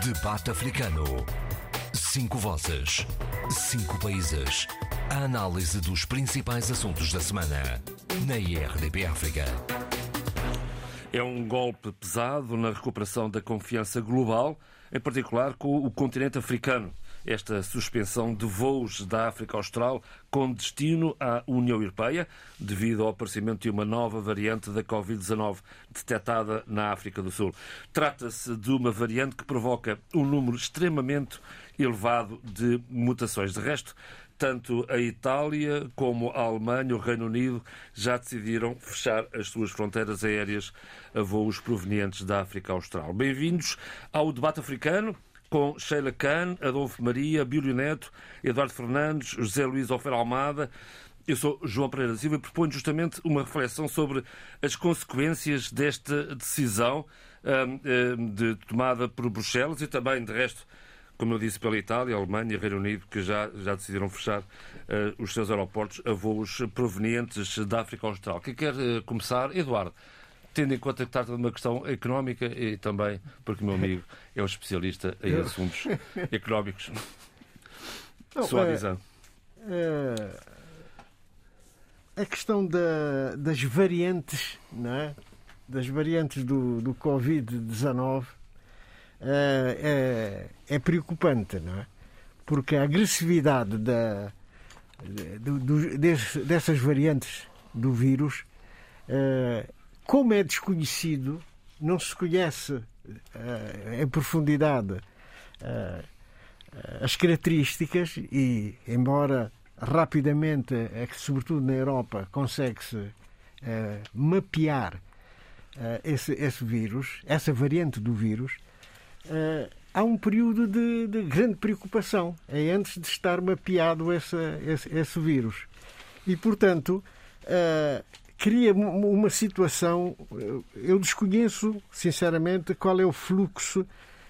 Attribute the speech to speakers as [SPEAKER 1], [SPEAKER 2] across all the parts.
[SPEAKER 1] Debate Africano. 5 vozes, 5 países. A análise dos principais assuntos da semana na IRDP África.
[SPEAKER 2] É um golpe pesado na recuperação da confiança global, em particular com o continente africano. Esta suspensão de voos da África Austral com destino à União Europeia, devido ao aparecimento de uma nova variante da Covid-19 detectada na África do Sul. Trata-se de uma variante que provoca um número extremamente elevado de mutações. De resto, tanto a Itália como a Alemanha e o Reino Unido já decidiram fechar as suas fronteiras aéreas a voos provenientes da África Austral. Bem-vindos ao Debate Africano, com Sheila Khan, Adolfo Maria, Bílio Neto, Eduardo Fernandes, José Luís Alfeira Almada. Eu sou João Pereira da Silva e proponho justamente uma reflexão sobre as consequências desta decisão tomada por Bruxelas e também, de resto, como eu disse, pela Itália, Alemanha e Reino Unido, que já decidiram fechar os seus aeroportos a voos provenientes da África Austral. Quem quer começar? Eduardo, tendo em conta que trata de uma questão económica e também porque o meu amigo é um especialista em assuntos económicos. Sua visão.
[SPEAKER 3] A questão das variantes, não é? Das variantes do Covid-19 é preocupante, não é? Porque a agressividade dessas variantes do vírus, como é desconhecido, não se conhece em profundidade as características e, embora rapidamente, sobretudo na Europa, consegue-se mapear esse vírus, essa variante do vírus, há um período de grande preocupação. É antes de estar mapeado esse vírus. E, portanto, cria uma situação. Eu desconheço, sinceramente, qual é o fluxo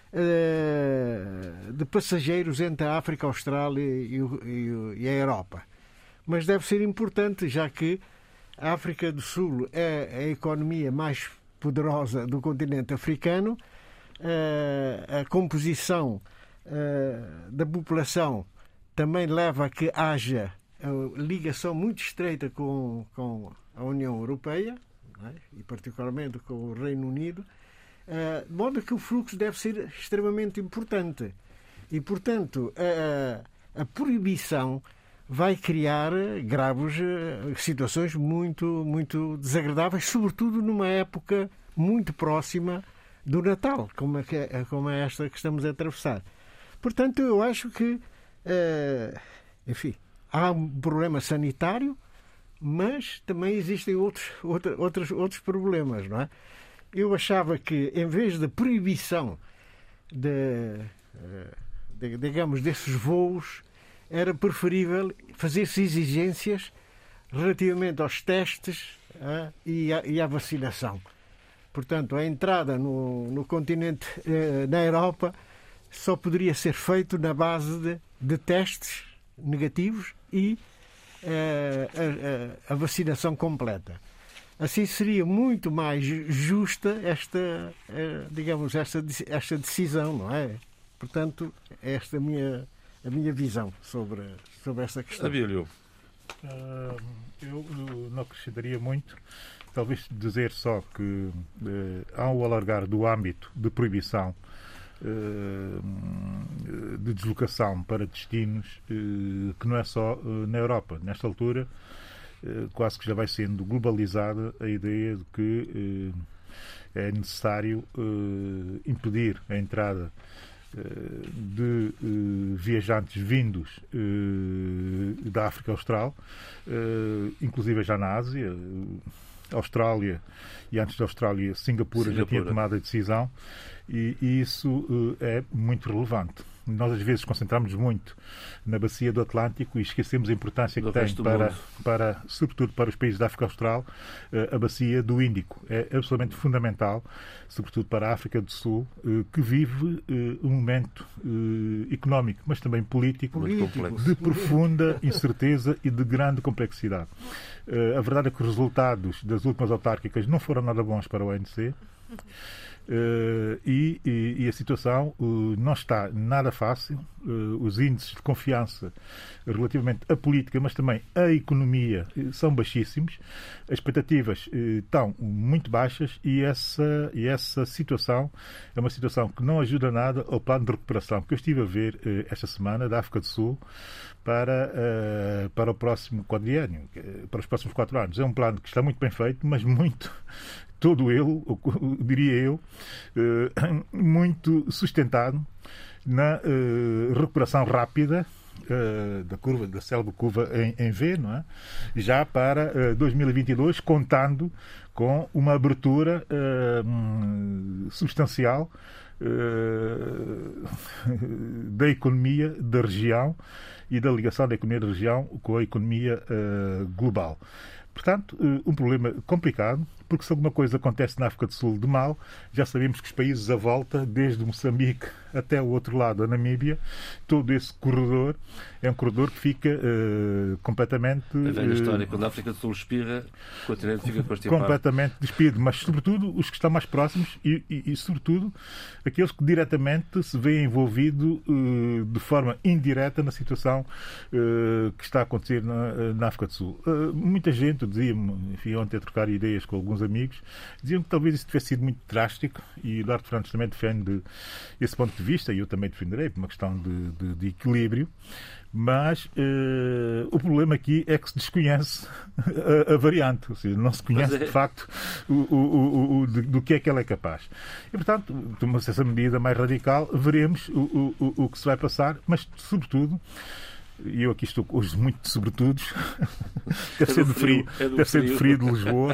[SPEAKER 3] de passageiros entre a África Austral e a Europa. Mas deve ser importante, já que a África do Sul é a economia mais poderosa do continente africano. A composição da população também leva a que haja ligação muito estreita com a União Europeia, não é? E particularmente com o Reino Unido, de modo que o fluxo deve ser extremamente importante. E, portanto, a proibição vai criar graves situações muito, muito desagradáveis, sobretudo numa época muito próxima do Natal, como é esta que estamos a atravessar. Portanto, eu acho que, enfim, há um problema sanitário, mas também existem outros problemas, não é? Eu achava que, em vez da proibição digamos, desses voos, era preferível fazer-se exigências relativamente aos testes e à vacinação. Portanto, a entrada no continente, na Europa, só poderia ser feito na base de testes negativos e a vacinação completa. Assim seria muito mais justa esta decisão, não é? Portanto, esta é a minha visão sobre esta questão.
[SPEAKER 2] Abílio.
[SPEAKER 4] Eu não acrescentaria muito. Talvez dizer só que ao alargar do âmbito de proibição de deslocação para destinos que não é só na Europa. Nesta altura, quase que já vai sendo globalizada a ideia de que é necessário impedir a entrada de viajantes vindos da África Austral, inclusive já na Ásia. Austrália e antes da Austrália, Singapura já tinha tomado a decisão e isso é muito relevante. Nós às vezes concentramos muito na bacia do Atlântico e esquecemos a importância que tem sobretudo para os países da África Austral, a bacia do Índico. É absolutamente fundamental, sobretudo para a África do Sul, que vive um momento económico, mas também político de profunda incerteza e de grande complexidade. A verdade é que os resultados das últimas autárquicas não foram nada bons para o ANC. E a situação não está nada fácil. Os índices de confiança relativamente à política, mas também à economia, são baixíssimos. As expectativas estão muito baixas e essa situação é uma situação que não ajuda nada ao plano de recuperação que eu estive a ver esta semana da África do Sul para o próximo quadriênio, para os próximos 4 anos. É um plano que está muito bem feito, mas todo ele, diria eu, muito sustentado na recuperação rápida da célebre curva em V, não é? Já para 2022, contando com uma abertura substancial da economia da região e da ligação da economia da região com a economia global. Portanto, um problema complicado, porque se alguma coisa acontece na África do Sul de mal, já sabemos que os países à volta, desde Moçambique até o outro lado, a Namíbia, todo esse corredor é um corredor que fica completamente...
[SPEAKER 2] A velha história, quando a África do Sul espirra, o continente fica constipado.
[SPEAKER 4] Completamente despido, mas sobretudo os que estão mais próximos e sobretudo aqueles que diretamente se veem envolvidos de forma indireta na situação que está a acontecer na África do Sul. Muita gente dizia-me, enfim, ontem a trocar ideias com alguns amigos, diziam que talvez isso tivesse sido muito drástico, e o Eduardo Fernandes também defende esse ponto de vista, e eu também defenderei por uma questão de equilíbrio, mas o problema aqui é que se desconhece a variante, ou seja, não se conhece de facto do que é que ela é capaz. E, portanto, tomando essa medida mais radical, veremos o que se vai passar, mas, sobretudo, e eu aqui estou hoje muito de sobretudos, deve ser do frio, deve ser do frio de Lisboa.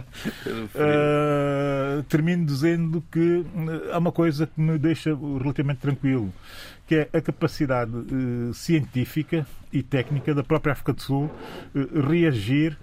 [SPEAKER 4] Termino dizendo que há uma coisa que me deixa relativamente tranquilo, que é a capacidade científica e técnica da própria África do Sul reagir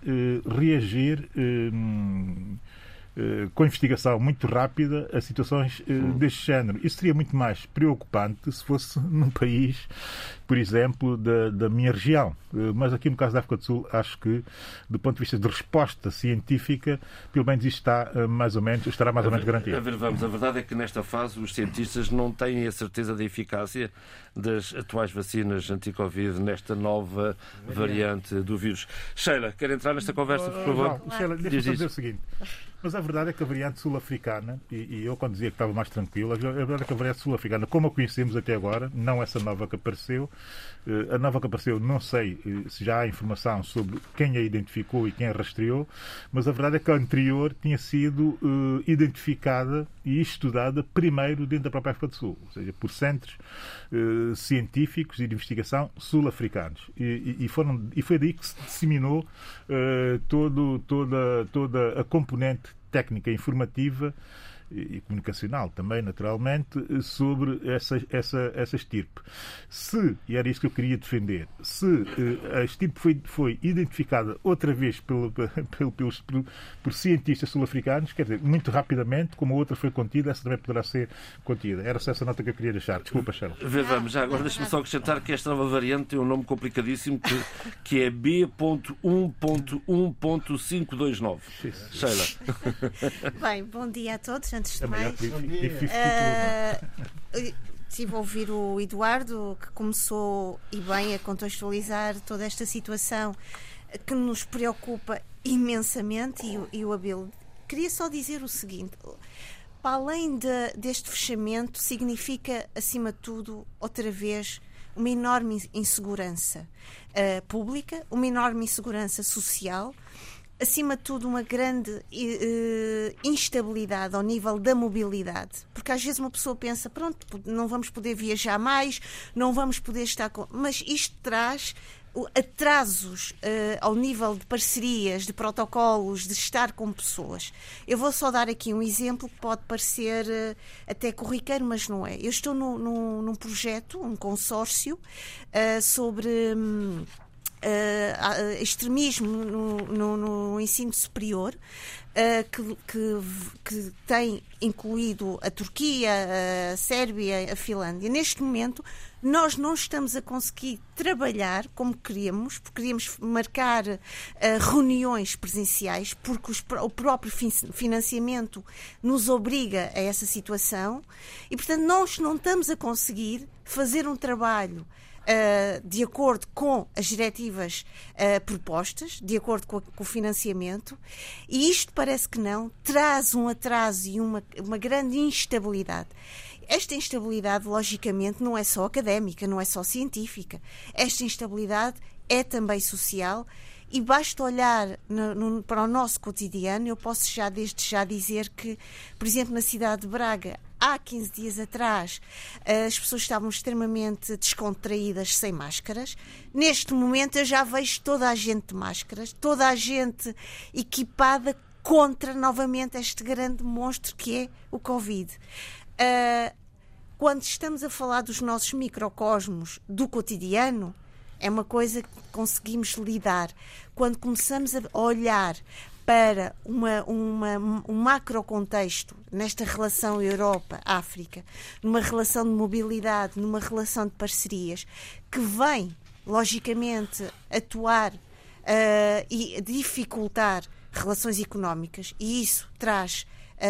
[SPEAKER 4] com investigação muito rápida a situações deste género. Isso seria muito mais preocupante se fosse num país, por exemplo, da minha região. Mas aqui no caso da África do Sul, acho que, do ponto de vista de resposta científica, pelo menos isto estará mais ou menos garantido.
[SPEAKER 2] A verdade é que nesta fase os cientistas não têm a certeza da eficácia das atuais vacinas anti-Covid nesta nova variante do vírus. Sheila, quer entrar nesta conversa, por favor?
[SPEAKER 4] Não, Sheila, deixa-me dizer o seguinte. Mas a verdade é que a variante sul-africana, e eu quando dizia que estava mais tranquilo, a verdade é que a variante sul-africana, como a conhecemos até agora, não essa nova que apareceu, a nova que apareceu, não sei se já há informação sobre quem a identificou e quem a rastreou, mas a verdade é que a anterior tinha sido identificada e estudada primeiro dentro da própria África do Sul, ou seja, por centros científicos e de investigação sul-africanos. E foi daí que se disseminou toda a componente técnica informativa e comunicacional também, naturalmente, sobre essa estirpe. E era isso que eu queria defender, se a estirpe foi identificada outra vez por cientistas sul-africanos, quer dizer, muito rapidamente, como a outra foi contida, essa também poderá ser contida. Era só essa nota que eu queria deixar. Desculpa, Sheila.
[SPEAKER 2] Vamos, já agora deixa-me só acrescentar que esta nova variante tem um nome complicadíssimo que é B.1.1.529. Sheila.
[SPEAKER 5] Bem, bom dia a todos, antes de mais. Estive a ouvir o Eduardo, que começou e bem a contextualizar toda esta situação que nos preocupa imensamente, e o Abel. Queria só dizer o seguinte: para além deste fechamento, significa, acima de tudo, outra vez, uma enorme insegurança pública, uma enorme insegurança social, acima de tudo uma grande instabilidade ao nível da mobilidade, porque às vezes uma pessoa pensa, pronto, não vamos poder viajar mais, não vamos poder estar com... Mas isto traz atrasos ao nível de parcerias, de protocolos, de estar com pessoas. Eu vou só dar aqui um exemplo que pode parecer até corriqueiro, mas não é. Eu estou num projeto, um consórcio, sobre extremismo no ensino superior, que tem incluído a Turquia, a Sérvia, a Finlândia. Neste momento, nós não estamos a conseguir trabalhar como queríamos, porque queríamos marcar reuniões presenciais, porque o próprio financiamento nos obriga a essa situação e, portanto, nós não estamos a conseguir fazer um trabalho de acordo com as diretivas propostas, de acordo com o financiamento, e isto parece que não, traz um atraso e uma grande instabilidade. Esta instabilidade, logicamente, não é só académica, não é só científica. Esta instabilidade é também social e basta olhar para o nosso cotidiano. Eu posso desde já dizer que, por exemplo, na cidade de Braga, há 15 dias atrás, as pessoas estavam extremamente descontraídas, sem máscaras. Neste momento eu já vejo toda a gente de máscaras, toda a gente equipada contra, novamente, este grande monstro que é o Covid. Quando estamos a falar dos nossos microcosmos do cotidiano, é uma coisa que conseguimos lidar. Quando começamos a olhar para um macrocontexto nesta relação Europa-África, numa relação de mobilidade, numa relação de parcerias, que vem, logicamente, atuar e dificultar relações económicas, e isso traz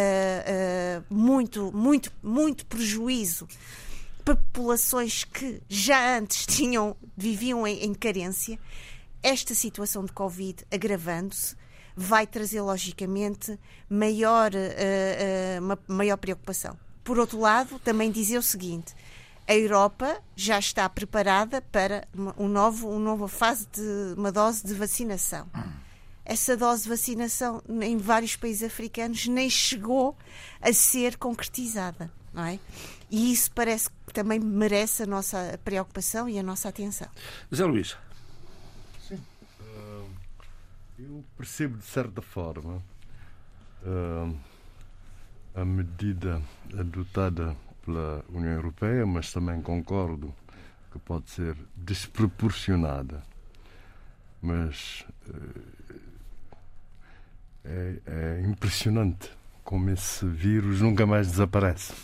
[SPEAKER 5] muito prejuízo para populações que já antes viviam em carência. Esta situação de Covid, agravando-se, vai trazer, logicamente, maior preocupação. Por outro lado, também dizer o seguinte: a Europa já está preparada para uma nova fase de uma dose de vacinação. Essa dose de vacinação em vários países africanos nem chegou a ser concretizada, não é? E isso parece que também merece a nossa preocupação e a nossa atenção.
[SPEAKER 2] José Luís.
[SPEAKER 6] Sim. Eu percebo, de certa forma, a medida adotada pela União Europeia, mas também concordo que pode ser desproporcionada. Mas é impressionante como esse vírus nunca mais desaparece.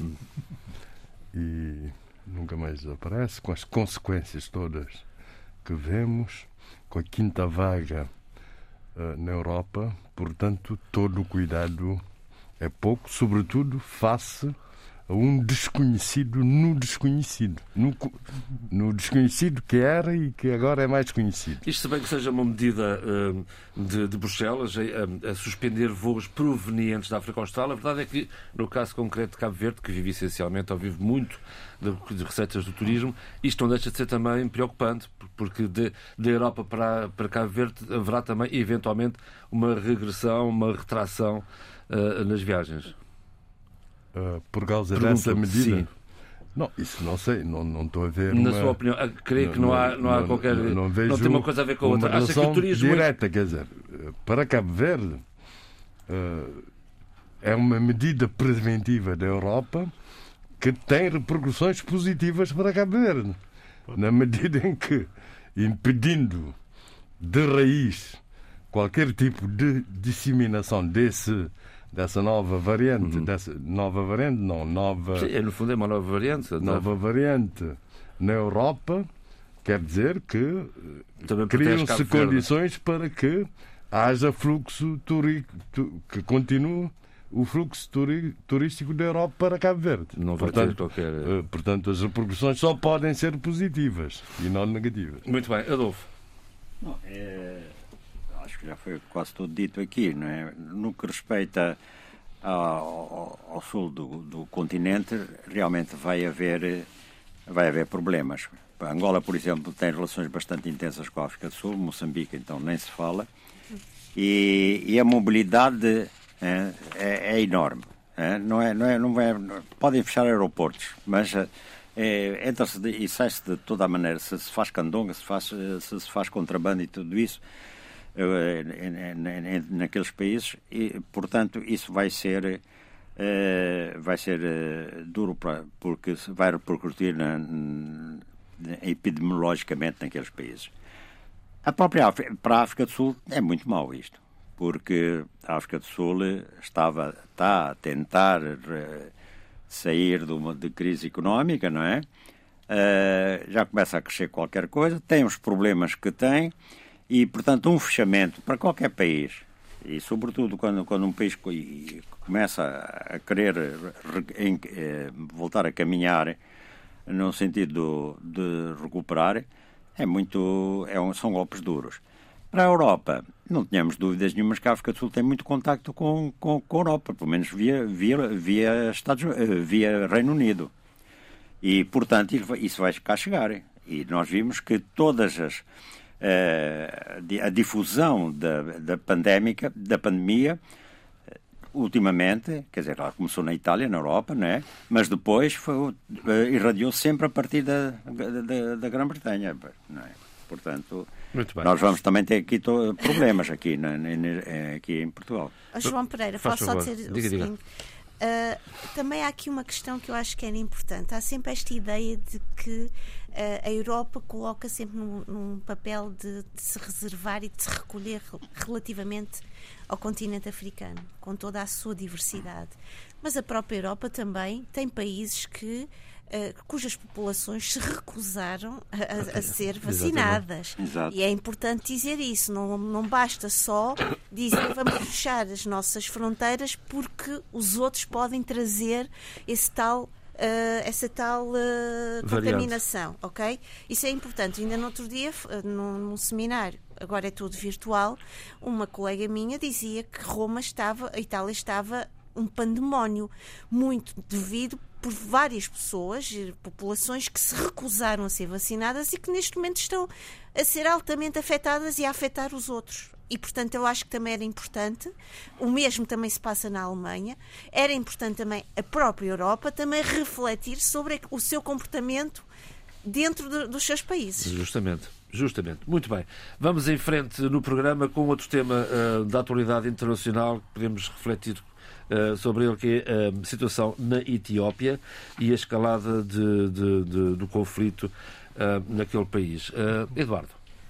[SPEAKER 6] E nunca mais desaparece, com as consequências todas que vemos, com a quinta vaga na Europa. Portanto, todo o cuidado é pouco, sobretudo face a um desconhecido no desconhecido. No desconhecido que era e que agora é mais conhecido.
[SPEAKER 2] Isto, se bem que seja uma medida de Bruxelas a suspender voos provenientes da África Austral, a verdade é que, no caso concreto de Cabo Verde, que vive essencialmente, ou vive muito de receitas do turismo, isto não deixa de ser também preocupante, porque da Europa para Cabo Verde haverá também, eventualmente, uma regressão, uma retração nas viagens.
[SPEAKER 6] Por causa dessa medida?
[SPEAKER 2] Sim.
[SPEAKER 6] Não, isso não sei, não estou a ver.
[SPEAKER 2] Na sua opinião, creio que não há qualquer. Não tem uma coisa a ver com a outra. Acha que o turismo
[SPEAKER 6] direta, quer dizer, para Cabo Verde é uma medida preventiva da Europa que tem repercussões positivas para Cabo Verde, na medida em que, impedindo de raiz qualquer tipo de disseminação dessa nova variante,
[SPEAKER 2] Sim, no fundo é uma nova variante.
[SPEAKER 6] Nova variante na Europa, quer dizer que criam-se condições para que haja fluxo que continue o fluxo turístico da Europa para Cabo Verde.
[SPEAKER 2] Não vai ter qualquer...
[SPEAKER 6] Portanto, as repercussões só podem ser positivas e não negativas.
[SPEAKER 2] Muito bem. Adolfo.
[SPEAKER 7] Não, acho que já foi quase tudo dito aqui, não é? No que respeita ao sul do continente, realmente vai haver problemas. A Angola, por exemplo, tem relações bastante intensas com a África do Sul, Moçambique, então, nem se fala. E a mobilidade é enorme. Podem fechar aeroportos, mas entra-se e sai-se de toda a maneira. Se faz candonga, se faz contrabando e tudo isso, naqueles países, e, portanto, isso vai ser duro porque vai repercutir epidemiologicamente naqueles países. Para a África do Sul é muito mau isto, porque a África do Sul está a tentar sair de crise económica, não é? Já começa a crescer qualquer coisa, tem os problemas que tem e, portanto, um fechamento para qualquer país, e sobretudo quando um país começa a querer voltar a caminhar no sentido de recuperar, são golpes duros. Para a Europa, não tínhamos dúvidas nenhumas que a África do Sul tem muito contacto com a Europa, pelo menos via Reino Unido. E, portanto, isso vai cá chegar. E nós vimos que a difusão da pandemia, ultimamente, quer dizer, ela começou na Itália, na Europa, não é? Mas depois irradiou sempre a partir da Grã-Bretanha, não é? Portanto, nós vamos também ter aqui problemas aqui em Portugal.
[SPEAKER 5] João Pereira, posso só dizer o seguinte. Também há aqui uma questão que eu acho que era importante. Há sempre esta ideia de que a Europa coloca sempre num papel de se reservar e de se recolher relativamente ao continente africano, com toda a sua diversidade. Mas a própria Europa também tem países cujas populações se recusaram a ser vacinadas.
[SPEAKER 7] Exato.
[SPEAKER 5] E é importante dizer isso. Não basta só dizer vamos fechar as nossas fronteiras porque os outros podem trazer essa tal contaminação, ok? Isso é importante. Ainda no outro dia, num seminário, agora é tudo virtual, uma colega minha dizia que a Itália estava um pandemónio, muito devido por várias pessoas, populações que se recusaram a ser vacinadas e que neste momento estão a ser altamente afetadas e a afetar os outros. E, portanto, eu acho que também era importante, o mesmo também se passa na Alemanha, era importante também a própria Europa também refletir sobre o seu comportamento dentro dos seus países.
[SPEAKER 2] Justamente. Muito bem. Vamos em frente no programa com outro tema da atualidade internacional que podemos refletir sobre ele, que é a situação na Etiópia e a escalada do conflito naquele país. Eduardo.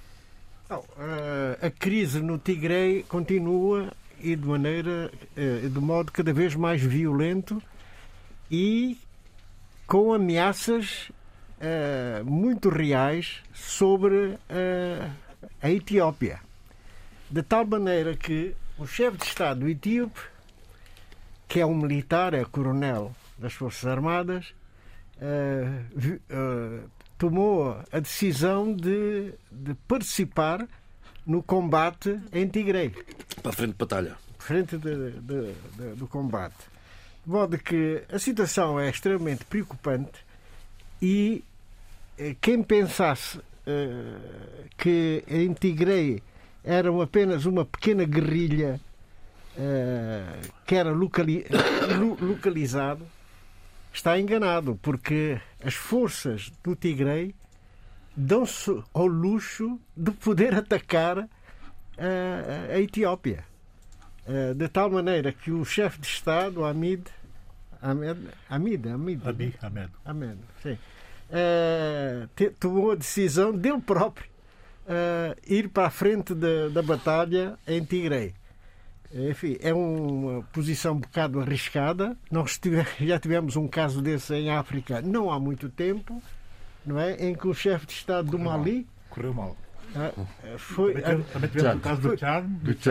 [SPEAKER 3] A crise no Tigre continua e de modo cada vez mais violento e com ameaças muito reais sobre a Etiópia. De tal maneira que o chefe de Estado etíope, que é um militar, é coronel das Forças Armadas, tomou a decisão de participar no combate em Tigre.
[SPEAKER 2] Para a frente de batalha.
[SPEAKER 3] Frente do combate. De modo que a situação é extremamente preocupante e quem pensasse que em Tigre era apenas uma pequena guerrilha que era localizado, está enganado, porque as forças do Tigre dão-se ao luxo de poder atacar a Etiópia. De tal maneira que o chefe de Estado, Abiy Ahmed, sim, tomou a decisão dele próprio ir para a frente da batalha em Tigre. Enfim, é uma posição um bocado arriscada. Nós já tivemos um caso desse em África não há muito tempo, não é? Em que o chefe de Estado do Mali
[SPEAKER 4] correu mal.
[SPEAKER 3] Também
[SPEAKER 4] tivemos o caso do Tchad.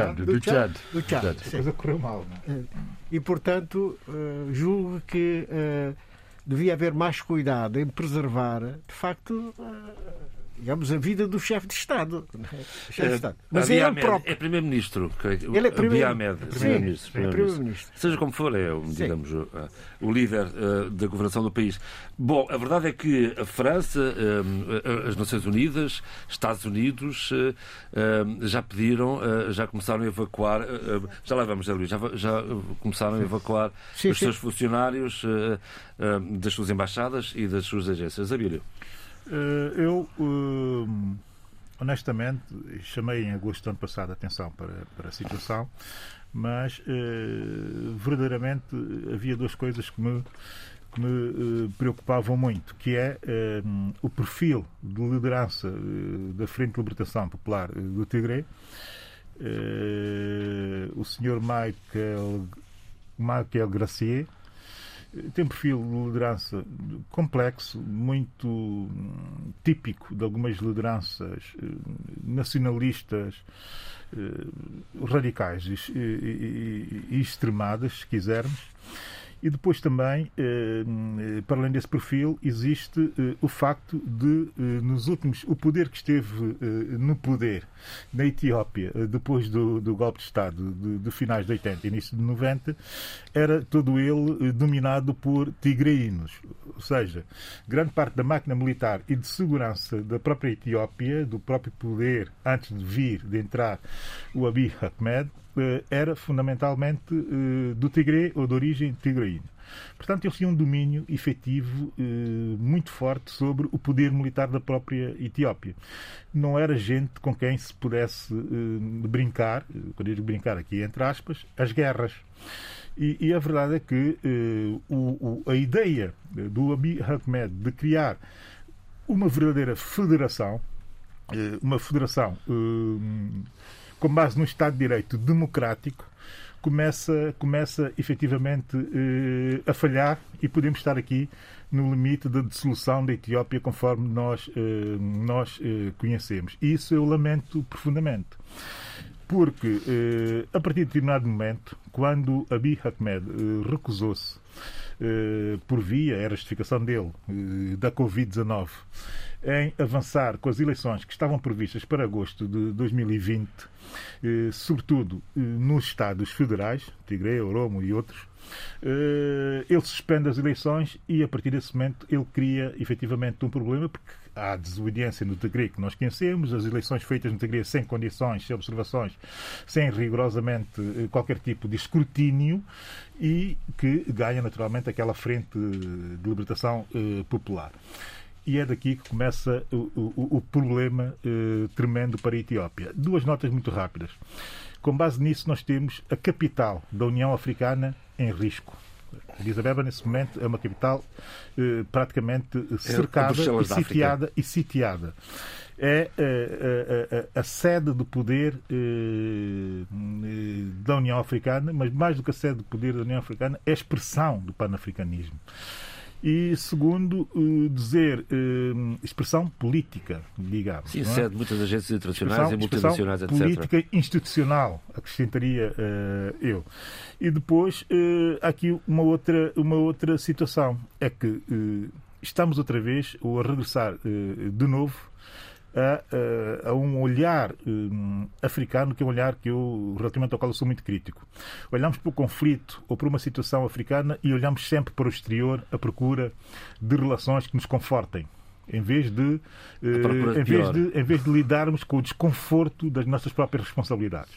[SPEAKER 3] A
[SPEAKER 4] coisa correu mal. Não é?
[SPEAKER 3] E, portanto, julgo que devia haver mais cuidado em preservar, de facto, digamos, a vida do chefe de Estado.
[SPEAKER 2] Mas ele é primeiro-ministro.
[SPEAKER 3] Ele é
[SPEAKER 2] primeiro-ministro. Seja como for, é, digamos, o líder da governação do país. Bom, a verdade é que a França, as Nações Unidas, Estados Unidos já pediram, já começaram a evacuar, já lá vamos, Luís, já começaram a evacuar os seus funcionários das suas embaixadas e das suas agências. Abílio.
[SPEAKER 4] Eu, honestamente, chamei em agosto do ano passado a atenção para a situação, mas verdadeiramente havia duas coisas que me que me preocupavam muito, que é o perfil de liderança da Frente de Libertação Popular do Tigré. O Sr. Michael Gracier tem um perfil de liderança complexo, muito típico de algumas lideranças nacionalistas radicais e extremadas, se quisermos. E depois também, para além desse perfil, existe o facto de, nos últimos, o poder que esteve no poder na Etiópia, depois do golpe de Estado de finais de 80 e início de 90, era todo ele dominado por tigreínos. Ou seja, grande parte da máquina militar e de segurança da própria Etiópia, do próprio poder, antes de entrar o Abiy Ahmed, era fundamentalmente do Tigré ou de origem tigreína. Portanto, eles tinham um domínio efetivo muito forte sobre o poder militar da própria Etiópia. Não era gente com quem se pudesse brincar, quando eu digo brincar aqui entre aspas, as guerras. E a verdade é que a ideia do Abiy Ahmed de criar uma verdadeira federação, com base no Estado de Direito democrático, começa efetivamente a falhar e podemos estar aqui no limite da dissolução da Etiópia conforme nós conhecemos. E isso eu lamento profundamente. Porque, a partir de determinado momento, quando Abiy Ahmed recusou-se, por via, era a justificação dele, da Covid-19, em avançar com as eleições que estavam previstas para agosto de 2020, sobretudo nos Estados federais, Tigré, Oromo e outros, ele suspende as eleições e, a partir desse momento, ele cria efetivamente um problema, porque há a desobediência no Tigré que nós conhecemos, as eleições feitas no Tigré sem condições, sem observações, sem rigorosamente qualquer tipo de escrutínio, e que ganha naturalmente aquela frente de libertação popular. E é daqui que começa o problema tremendo para a Etiópia. Duas notas muito rápidas. Com base nisso, nós temos a capital da União Africana em risco. Addis Abeba, nesse momento, é uma capital praticamente cercada e sitiada. É a sede do poder da União Africana, mas mais do que a sede do poder da União Africana, é a expressão do panafricanismo. E, segundo, expressão política, digamos.
[SPEAKER 2] Sim, sede de muitas agências internacionais e multinacionais, etc.
[SPEAKER 4] Política institucional, acrescentaria eu. E depois, há aqui uma outra situação. É que estamos outra vez, ou a regressar de novo, a um olhar africano, que é um olhar relativamente ao qual eu sou muito crítico. Olhamos para o conflito ou para uma situação africana e olhamos sempre para o exterior à procura de relações que nos confortem, em vez de lidarmos com o desconforto das nossas próprias responsabilidades.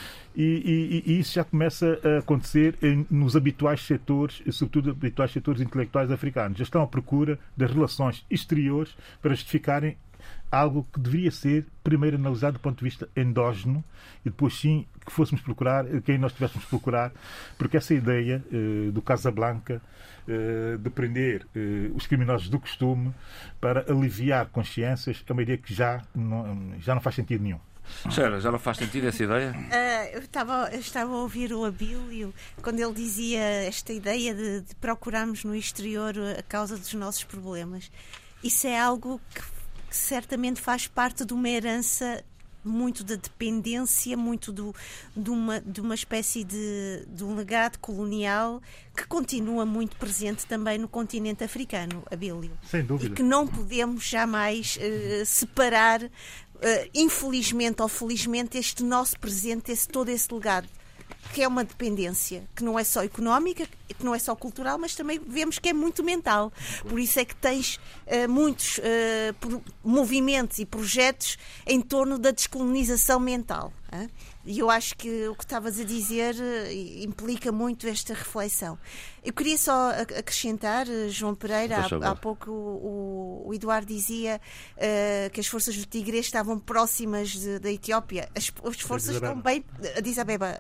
[SPEAKER 4] E isso já começa a acontecer nos habituais setores, sobretudo habituais setores intelectuais africanos. Já estão à procura das relações exteriores para justificarem algo que deveria ser primeiro analisado do ponto de vista endógeno e depois sim que fôssemos procurar quem nós tivéssemos procurar, porque essa ideia do Casablanca de prender os criminosos do costume para aliviar consciências é uma ideia que já não faz sentido nenhum.
[SPEAKER 2] Sheila, já não faz sentido essa ideia?
[SPEAKER 5] Eu estava a ouvir o Abílio quando ele dizia esta ideia de procurarmos no exterior a causa dos nossos problemas. Isso é algo que certamente faz parte de uma herança muito da dependência, muito de uma espécie de um legado colonial que continua muito presente também no continente africano, Abílio.
[SPEAKER 4] Sem dúvida.
[SPEAKER 5] E que não podemos jamais separar, infelizmente ou felizmente, este nosso presente, todo esse legado, que é uma dependência que não é só económica, que não é só cultural, mas também vemos que é muito mental. Por isso é que tens muitos movimentos e projetos em torno da descolonização mental. E eu acho que o que estavas a dizer implica muito esta reflexão. Eu queria só acrescentar, João Pereira, há pouco o Eduardo dizia que as forças do Tigré estavam próximas da Etiópia. As forças estão bem... Addis Abeba. Não,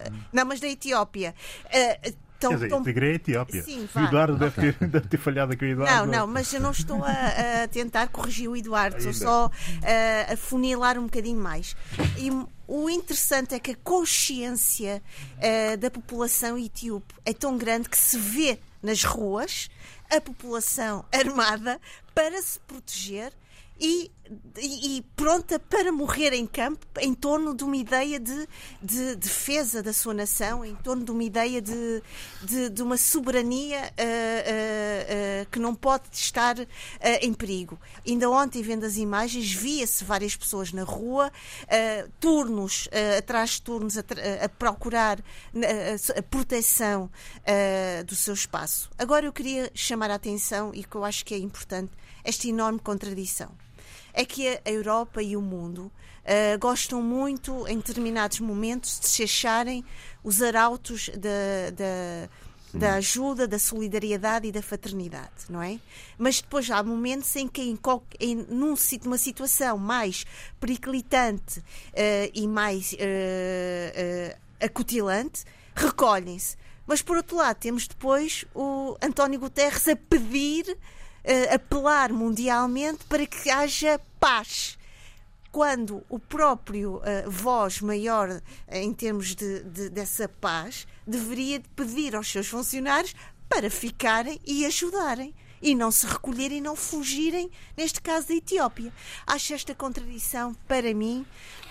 [SPEAKER 5] mas da Etiópia.
[SPEAKER 4] Quer dizer, Tigre é a Etiópia.
[SPEAKER 5] Sim,
[SPEAKER 4] o Eduardo deve ter falhado aqui o Eduardo.
[SPEAKER 5] Não, mas eu não estou a tentar corrigir o Eduardo, estou só a funilar um bocadinho mais. E o interessante é que a consciência da população etíope é tão grande que se vê nas ruas a população armada para se proteger e pronta para morrer em campo em torno de uma ideia de defesa da sua nação, em torno de uma ideia de uma soberania que não pode estar em perigo. Ainda ontem, vendo as imagens, via-se várias pessoas na rua, turnos atrás de turnos, a procurar a proteção do seu espaço. Agora eu queria chamar a atenção, e que eu acho que é importante, esta enorme contradição. É que a Europa e o mundo gostam muito, em determinados momentos, de se acharem os arautos da ajuda, da solidariedade e da fraternidade, não é? Mas depois há momentos em que, numa situação mais periclitante e mais acutilante, recolhem-se. Mas, por outro lado, temos depois o António Guterres a pedir, apelar mundialmente para que haja paz, quando o próprio voz maior em termos dessa paz deveria pedir aos seus funcionários para ficarem e ajudarem e não se recolherem e não fugirem, neste caso da Etiópia. Acho esta contradição, para mim,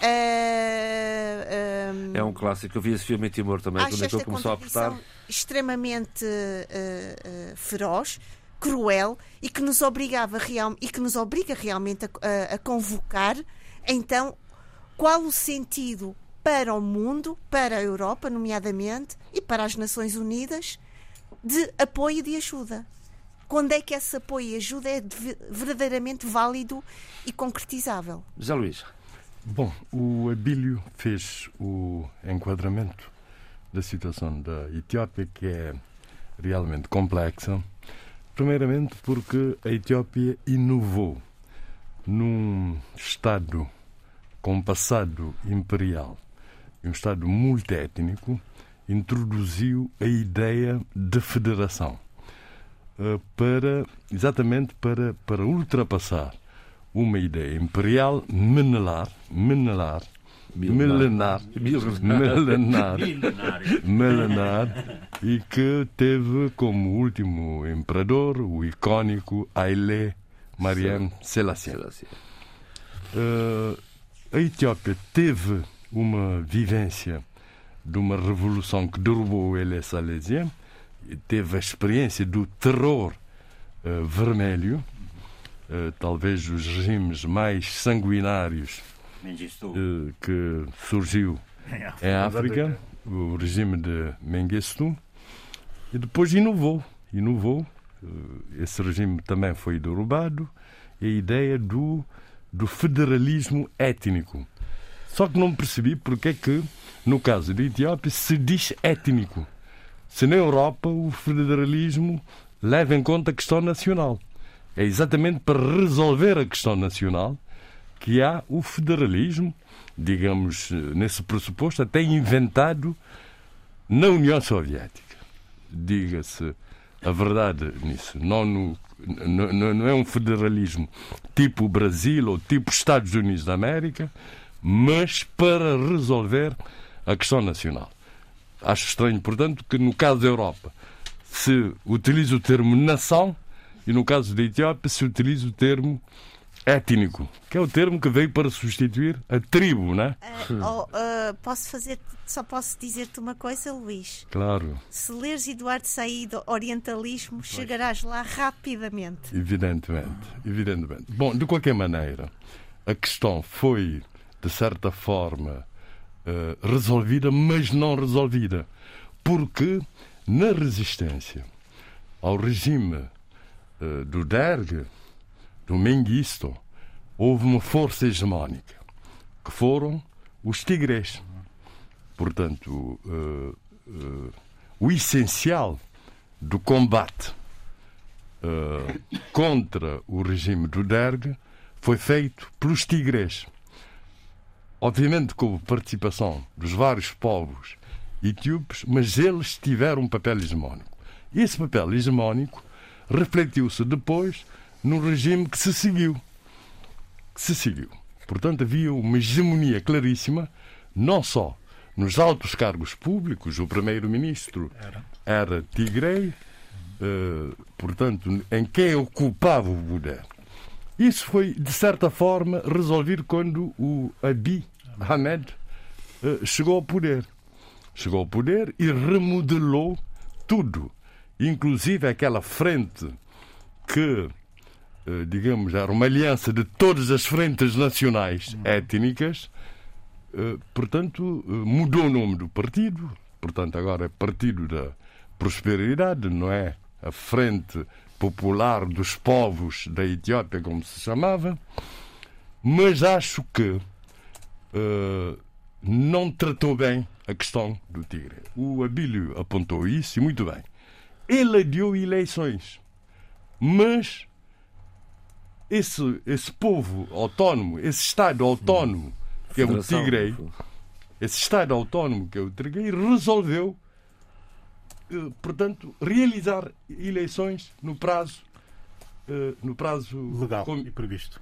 [SPEAKER 2] é um clássico. Eu vi esse filme em Timor também, quando aquilo começou a apertar,
[SPEAKER 5] extremamente feroz, cruel, e que nos obriga realmente a convocar, então, qual o sentido para o mundo, para a Europa, nomeadamente, e para as Nações Unidas, de apoio e de ajuda. Quando é que esse apoio e ajuda é verdadeiramente válido e concretizável?
[SPEAKER 2] José Luís.
[SPEAKER 6] Bom, o Abílio fez o enquadramento da situação da Etiópia, que é realmente complexa. Primeiramente porque a Etiópia inovou num Estado com passado imperial e um Estado multiétnico, introduziu a ideia de federação exatamente para ultrapassar uma ideia imperial milenar, e que teve como último imperador o icónico Haile Mariam Selassie. A Etiópia teve uma vivência de uma revolução que derrubou o Haile Selassie, teve a experiência do terror vermelho, talvez os regimes mais sanguinários que surgiu em África, o regime de Mengistu, e depois inovou. Esse regime também foi derrubado, e a ideia do federalismo étnico. Só que não percebi porque é que, no caso da Etiópia, se diz étnico, se na Europa o federalismo leva em conta a questão nacional. É exatamente para resolver a questão nacional que há o federalismo, digamos, nesse pressuposto, até inventado na União Soviética. Diga-se a verdade nisso. Não é um federalismo tipo Brasil ou tipo Estados Unidos da América, mas para resolver a questão nacional. Acho estranho, portanto, que no caso da Europa se utiliza o termo nação e no caso da Etiópia se utiliza o termo étnico, que é o termo que veio para substituir a tribo, não é?
[SPEAKER 5] Só posso dizer-te uma coisa, Luís.
[SPEAKER 6] Claro.
[SPEAKER 5] Se leres Eduardo Saído Orientalismo, chegarás lá rapidamente.
[SPEAKER 6] Evidentemente. Bom, de qualquer maneira, a questão foi, de certa forma, resolvida, mas não resolvida. Porque na resistência ao regime do Derg, do Mengistu, houve uma força hegemónica, que foram os tigres. Portanto, o essencial do combate contra o regime do Derg foi feito pelos tigres. Obviamente com a participação dos vários povos etíopes, mas eles tiveram um papel hegemónico. E esse papel hegemónico refletiu-se depois num regime que se seguiu. Portanto, havia uma hegemonia claríssima, não só nos altos cargos públicos, o primeiro-ministro era Tigray, portanto, em quem ocupava o poder. Isso foi, de certa forma, resolvido quando o Abiy Ahmed chegou ao poder. Chegou ao poder e remodelou tudo, inclusive aquela frente que, digamos, era uma aliança de todas as frentes nacionais étnicas. Portanto, mudou o nome do partido. Portanto, agora é Partido da Prosperidade, não é a Frente Popular dos Povos da Etiópia, como se chamava. Mas acho que não tratou bem a questão do Tigre. O Abílio apontou isso e muito bem. Ele adiou eleições, mas esse povo autónomo, esse Estado autónomo que é o Tigre, esse Estado autónomo que é o Tigre, resolveu, portanto, realizar eleições no prazo
[SPEAKER 4] legal e previsto.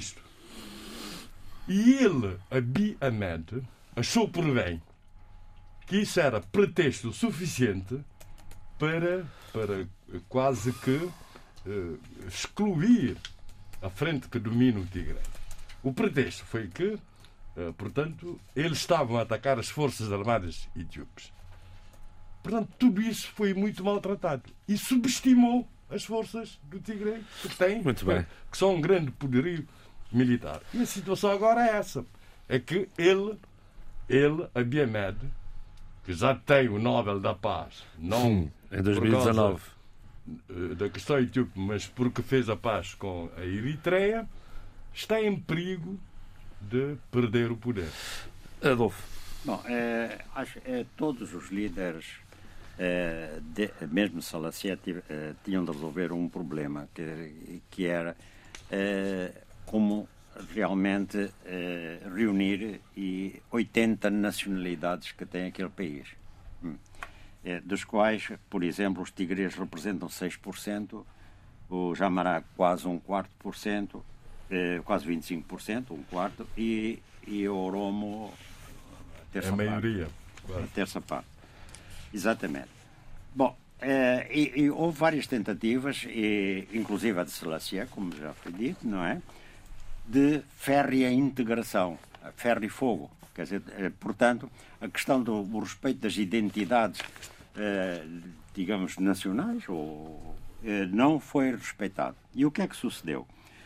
[SPEAKER 6] E ele, Abiy Ahmed, achou por bem que isso era pretexto suficiente para quase que excluir a frente que domina o Tigre. O pretexto foi que, portanto, eles estavam a atacar as forças armadas etíopes. Portanto, tudo isso foi muito maltratado e subestimou as forças do Tigre, que são um grande poderio militar. E a situação agora é essa. É que ele, Abiy Ahmed, que já tem o Nobel da Paz, não
[SPEAKER 2] em 2019,
[SPEAKER 6] da questão etíope, mas porque fez a paz com a Eritreia, está em perigo de perder o poder.
[SPEAKER 2] Adolfo.
[SPEAKER 7] Bom, acho que todos os líderes, mesmo Selassie, tinham de resolver um problema, que era como realmente reunir 80 nacionalidades que tem aquele país. Dos quais, por exemplo, os tigres representam 6%, o jamará quase 1/4%, quase 25%, 1/4%, e o oromo a terça parte.
[SPEAKER 6] A maioria.
[SPEAKER 7] A terça parte. Exatamente. Bom, e houve várias tentativas, inclusive a de Selassie, como já foi dito, não é? De férrea integração, ferro e fogo. Quer dizer, portanto, a questão do respeito das identidades, digamos, nacionais, não foi respeitado. E o que é que sucedeu?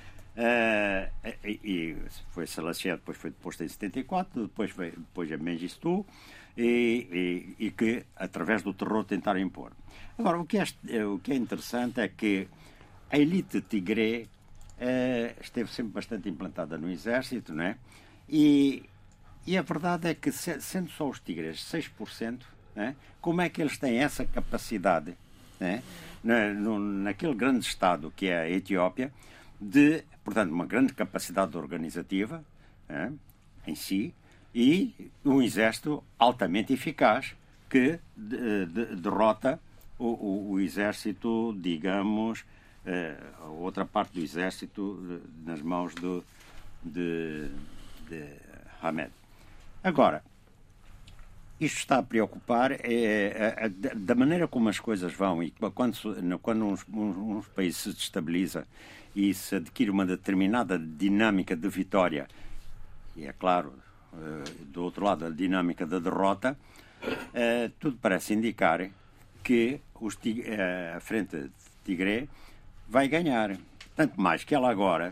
[SPEAKER 7] E foi Selassie, depois foi deposto em 74, depois a Mengistu, e que, através do terror, tentaram impor. Agora, o que é interessante é que a elite tigre esteve sempre bastante implantada no exército, não é? E a verdade é que, sendo só os tigres 6%, né, como é que eles têm essa capacidade, né, naquele grande Estado que é a Etiópia, de, portanto, uma grande capacidade organizativa, né, em si, e um exército altamente eficaz que derrota o exército, digamos, a outra parte do exército nas mãos de Ahmed. Agora, isto está a preocupar da maneira como as coisas vão, e quando um país se destabiliza e se adquire uma determinada dinâmica de vitória, e é claro, do outro lado, a dinâmica da derrota, tudo parece indicar que a frente de Tigre vai ganhar. Tanto mais que ela agora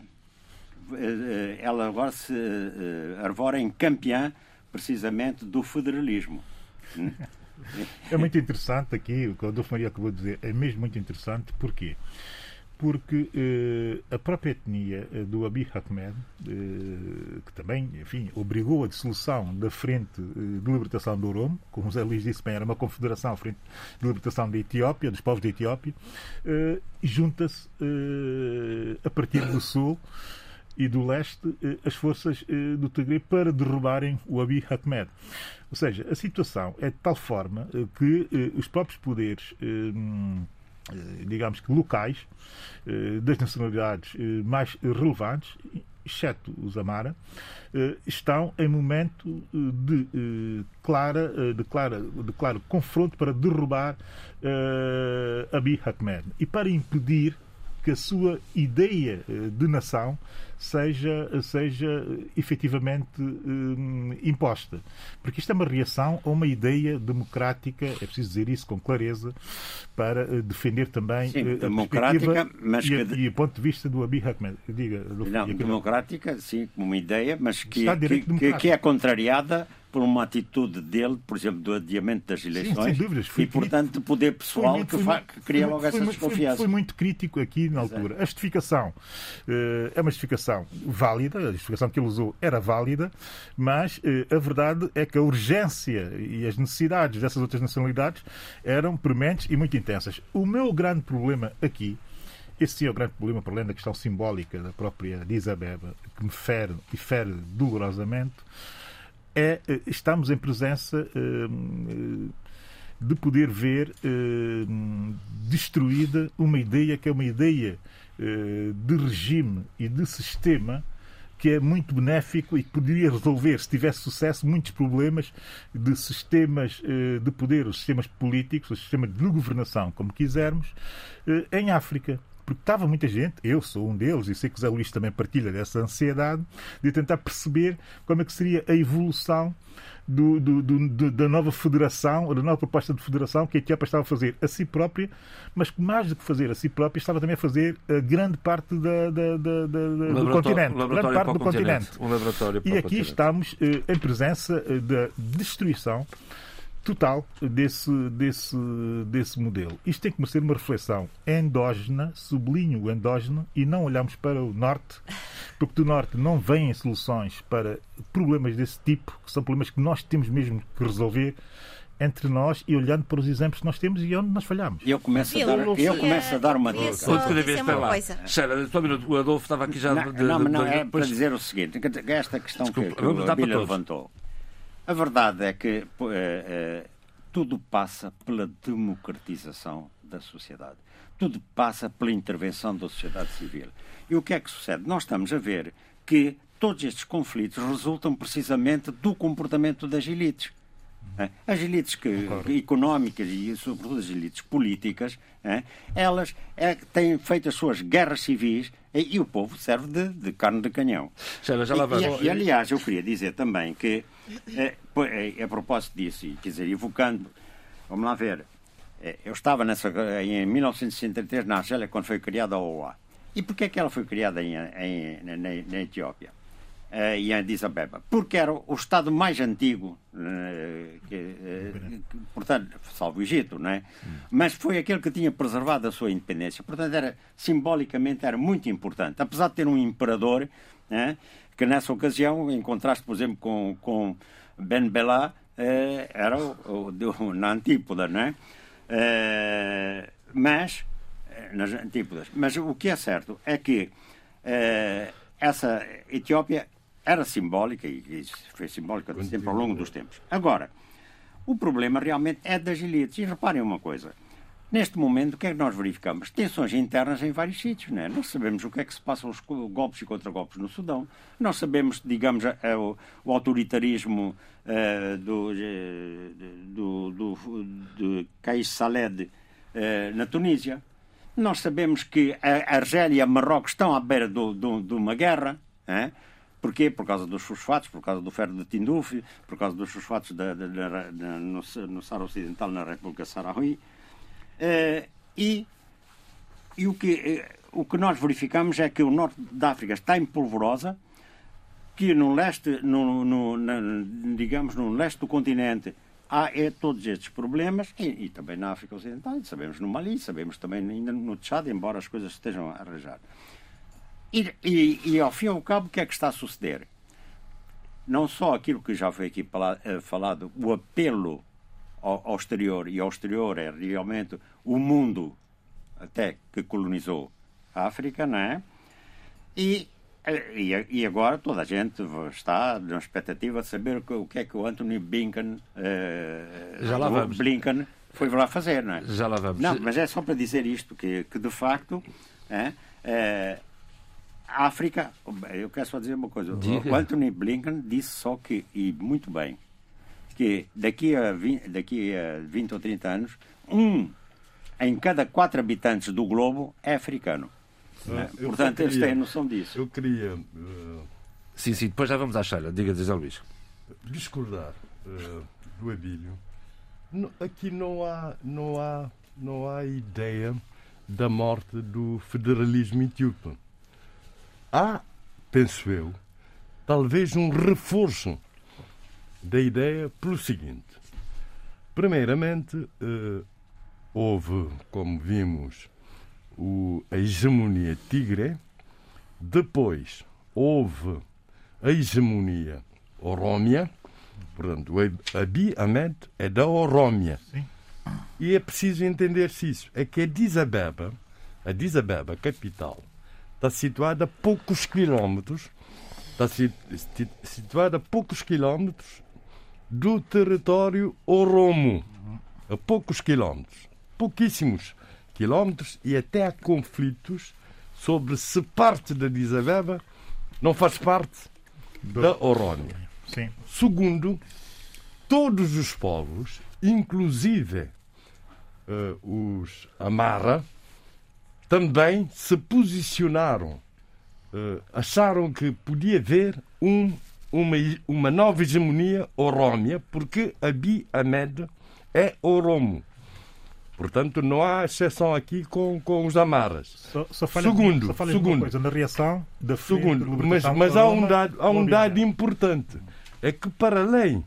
[SPEAKER 7] se arvora em campeã, precisamente, do federalismo.
[SPEAKER 4] É muito interessante aqui, o que o Adolfo Maria acabou de dizer, é mesmo muito interessante. Porquê? Porque a própria etnia do Abiy Ahmed, que também, enfim, obrigou a dissolução da Frente de Libertação do Oromo, como o Zé Luís disse bem, era uma confederação, a Frente de Libertação da Etiópia, dos povos da Etiópia, junta-se a partir do Sul e do leste as forças do Tigre para derrubarem o Abiy Ahmed. Ou seja, a situação é de tal forma que os próprios poderes, digamos que locais, das nacionalidades mais relevantes, exceto os Amhara, estão em momento de claro confronto para derrubar Abiy Ahmed e para impedir que a sua ideia de nação seja efetivamente imposta. Porque isto é uma reação a uma ideia democrática, é preciso dizer isso com clareza, para defender também a
[SPEAKER 7] democrática, mas
[SPEAKER 4] e o ponto de vista do Abiy Ahmed.
[SPEAKER 7] Democrática, sim, como uma ideia, mas que é contrariada por uma atitude dele, por exemplo, do adiamento das eleições, sim, sem dúvidas, e, portanto, de poder pessoal que cria logo essa desconfiança.
[SPEAKER 4] Fui muito crítico aqui na altura. A justificação é uma justificação válida, a justificação que ele usou era válida, mas a verdade é que a urgência e as necessidades dessas outras nacionalidades eram prementes e muito intensas. O meu grande problema aqui, esse sim é o grande problema, para além da questão simbólica da própria Addis Abeba, que me fere dolorosamente, estamos em presença de poder ver destruída uma ideia que é uma ideia de regime e de sistema que é muito benéfico e que poderia resolver, se tivesse sucesso, muitos problemas de sistemas de poder, os sistemas políticos, os sistemas de governação, como quisermos, em África. Porque estava muita gente, eu sou um deles, e sei que o Zé Luís também partilha dessa ansiedade, de tentar perceber como é que seria a evolução da nova federação, ou da nova proposta de federação que a Etiópia estava a fazer a si própria, mas que mais do que fazer a si própria, estava também a fazer a grande parte do continente. Grande parte do continente. E aqui estamos em presença da destruição total desse modelo. Isto tem que ser uma reflexão endógena, sublinho o endógeno, e não olhamos para o Norte, porque do Norte não vêm soluções para problemas desse tipo, que são problemas que nós temos mesmo que resolver entre nós e olhando para os exemplos que nós temos e onde nós falhamos.
[SPEAKER 7] Eu começo a dar uma dica.
[SPEAKER 2] Sheila, só um minuto. O Adolfo estava aqui já...
[SPEAKER 7] para dizer o seguinte, esta questão que o Abílio levantou. A verdade é que tudo passa pela democratização da sociedade. Tudo passa pela intervenção da sociedade civil. E o que é que sucede? Nós estamos a ver que todos estes conflitos resultam precisamente do comportamento das elites. As elites económicas e, sobretudo, as elites políticas, elas têm feito as suas guerras civis e o povo serve de carne de canhão. E, aliás, eu queria dizer também que, a propósito disso, e quer dizer, evocando, vamos lá ver, eu estava em 1963 na Argélia, quando foi criada a OA. E porquê é que ela foi criada na Etiópia? E em Addis Abeba, porque era o Estado mais antigo, portanto, salvo o Egito, não é? Mas foi aquele que tinha preservado a sua independência. Portanto, simbolicamente era muito importante. Apesar de ter um imperador, que nessa ocasião, em contraste, por exemplo, com Ben Bella, era na Antípoda, não é? Nas Antípodas. Mas o que é certo é que essa Etiópia era simbólica e foi simbólica sempre ao longo dos tempos. Agora, o problema realmente é das elites. E reparem uma coisa. Neste momento, o que é que nós verificamos? Tensões internas em vários sítios. Não é? Nós sabemos o que é que se passa, os golpes e contra-golpes no Sudão. Nós sabemos, digamos, o autoritarismo de Kais Saied na Tunísia. Nós sabemos que a Argélia e a Marrocos estão à beira de uma guerra. Porquê? Por causa dos fosfatos, por causa do ferro de Tindouf, por causa dos fosfatos no Saara Ocidental, na República Saharaui. E o que nós verificamos é que o norte da África está em polvorosa, que no leste, digamos, no leste do continente há todos estes problemas, e também na África Ocidental, sabemos no Mali, sabemos também ainda no Tchad, embora as coisas estejam a arranjar. E ao fim e ao cabo, o que é que está a suceder? Não só aquilo que já foi aqui falado, o apelo ao exterior, e ao exterior é realmente o mundo até que colonizou a África, não é? E E agora toda a gente está na expectativa de saber o que é que o Anthony Blinken, Blinken foi lá fazer, não é?
[SPEAKER 2] Já lá vamos.
[SPEAKER 7] Não, mas é só para dizer isto, que de facto a África, eu quero só dizer uma coisa, o Anthony Blinken disse só que, e muito bem, que daqui a 20 ou 30 anos, em cada 4 habitantes do globo é africano. Portanto, eles têm noção disso.
[SPEAKER 6] Eu queria
[SPEAKER 2] Sim, depois já vamos à Sheila. Diga, José Luís.
[SPEAKER 6] discordar do Abílio. Aqui não há ideia da morte do federalismo etíope. Há, penso eu, talvez um reforço da ideia pelo seguinte. Primeiramente, houve, como vimos, a hegemonia tigre. Depois houve a hegemonia Oromia. Portanto, o Abiy Ahmed é da Oromia.
[SPEAKER 4] Sim.
[SPEAKER 6] E é preciso entender-se isso. É que Addis Abeba, capital, está situada a poucos quilómetros, do território Oromo. A poucos quilómetros. Pouquíssimos quilómetros, e até há conflitos sobre se parte da Addis Abeba não faz parte da Oromia.
[SPEAKER 4] Sim.
[SPEAKER 6] Segundo, todos os povos, inclusive os Amara, também se posicionaram, acharam que podia haver uma nova hegemonia Oromia, porque Abiy Ahmed é Oromo. Portanto, não há exceção aqui com os Amaras.
[SPEAKER 4] Só falha uma coisa na reação da Frente de Libertação.
[SPEAKER 6] Mas há um dado importante. É que, para além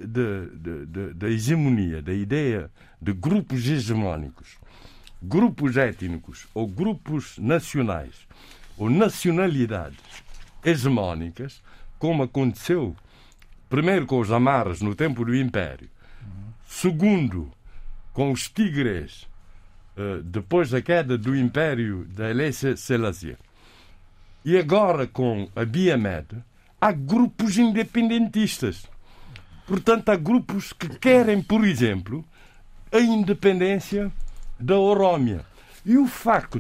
[SPEAKER 6] da hegemonia, da ideia de grupos hegemónicos, grupos étnicos ou grupos nacionais ou nacionalidades hegemónicas, como aconteceu primeiro com os Amaras no tempo do Império, segundo com os tigres depois da queda do Império da Haile Selassie, e agora com Abiy Ahmed, há grupos independentistas. Portanto, há grupos que querem, por exemplo, a independência da Oromia. E o facto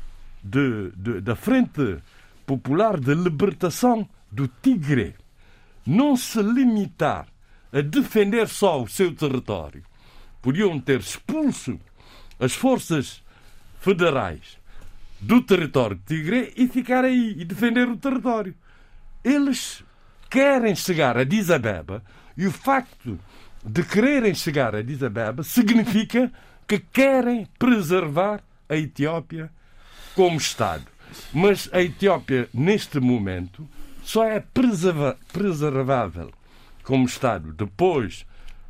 [SPEAKER 6] da Frente Popular de Libertação do Tigre não se limitar a defender só o seu território, podiam ter expulso as forças federais do território de Tigre e ficar aí e defender o território. Eles querem chegar a Addis Abeba, e o facto de quererem chegar a Addis Abeba significa que querem preservar a Etiópia como Estado. Mas a Etiópia, neste momento, só é preservável como Estado depois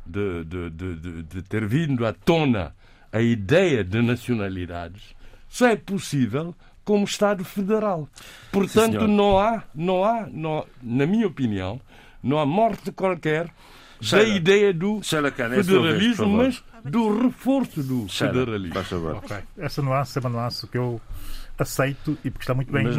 [SPEAKER 6] de ter vindo à tona a ideia de nacionalidades, só é possível como Estado federal. Portanto,
[SPEAKER 2] Sim,
[SPEAKER 6] não há, na minha opinião, não há morte qualquer da ideia do federalismo, mas do reforço do federalismo.
[SPEAKER 4] Okay. Essa nuance é uma nuance que eu aceito, e porque está muito bem,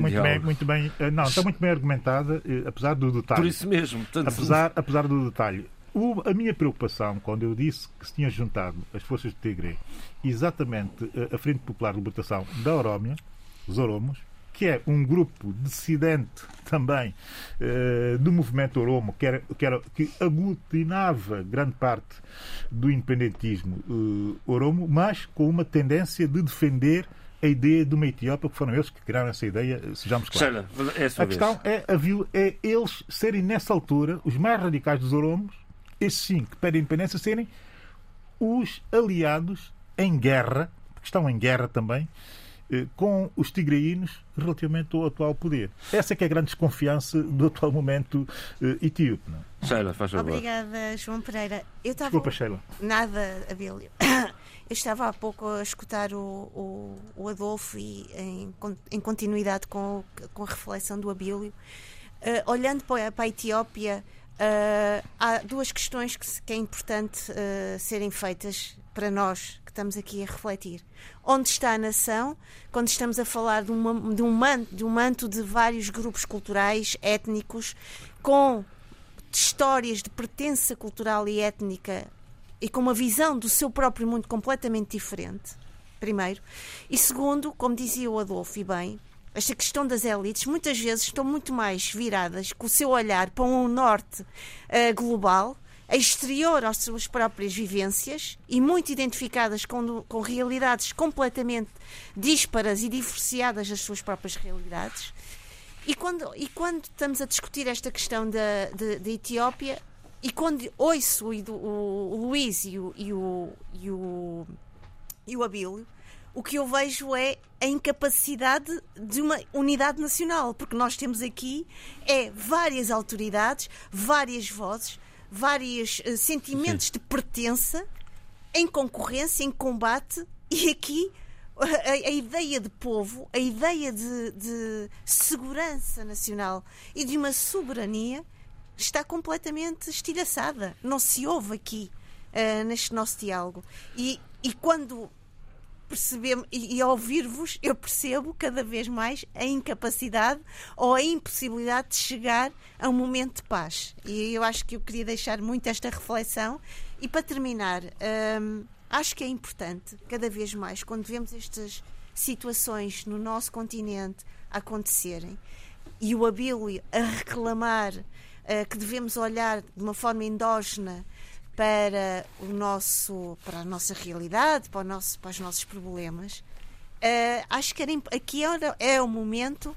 [SPEAKER 4] está muito bem argumentada, apesar do detalhe.
[SPEAKER 2] Por isso mesmo.
[SPEAKER 4] Apesar do detalhe. A minha preocupação, quando eu disse que se tinha juntado as forças de Tigre, exatamente a Frente Popular de Libertação da Oromia, os Oromos, que é um grupo dissidente também do movimento Oromo, que aglutinava grande parte do independentismo Oromo, mas com uma tendência de defender a ideia de uma Etiópia, que foram eles que criaram essa ideia, sejamos claros. A questão é eles serem, nessa altura, os mais radicais dos Oromos, esses sim que pedem independência, serem os aliados em guerra, porque estão em guerra também, com os tigreínos relativamente ao atual poder. Essa é que é a grande desconfiança do atual momento etíope.
[SPEAKER 2] Sheila, faz favor.
[SPEAKER 5] Obrigada, João Pereira.
[SPEAKER 4] Desculpa, Sheila.
[SPEAKER 5] Nada, Abílio. Eu estava há pouco a escutar o Adolfo e em continuidade com a reflexão do Abílio. Olhando para a Etiópia, há duas questões que é importante serem feitas para nós, que estamos aqui a refletir. Onde está a nação, quando estamos a falar de um manto de vários grupos culturais, étnicos, com histórias de pertença cultural e étnica e com uma visão do seu próprio mundo completamente diferente, primeiro. E segundo, como dizia o Adolfo, e bem, esta questão das elites muitas vezes estão muito mais viradas com o seu olhar para um norte global, exterior às suas próprias vivências e muito identificadas com realidades completamente dísparas e divorciadas das suas próprias realidades. E quando estamos a discutir esta questão da Etiópia, e quando ouço o Luís e o Abílio, o que eu vejo é a incapacidade de uma unidade nacional, porque nós temos aqui várias autoridades, várias vozes, vários sentimentos de pertença em concorrência, em combate, e aqui a ideia de povo, a ideia de segurança nacional e de uma soberania está completamente estilhaçada. Não se ouve aqui neste nosso diálogo. E quando percebemos, e ao ouvir-vos, eu percebo cada vez mais a incapacidade ou a impossibilidade de chegar a um momento de paz. E eu acho que eu queria deixar muito esta reflexão. E para terminar, acho que é importante, cada vez mais, quando vemos estas situações no nosso continente acontecerem, e o Abílio a reclamar que devemos olhar de uma forma endógena para a nossa realidade, para os nossos problemas, acho que aqui é o momento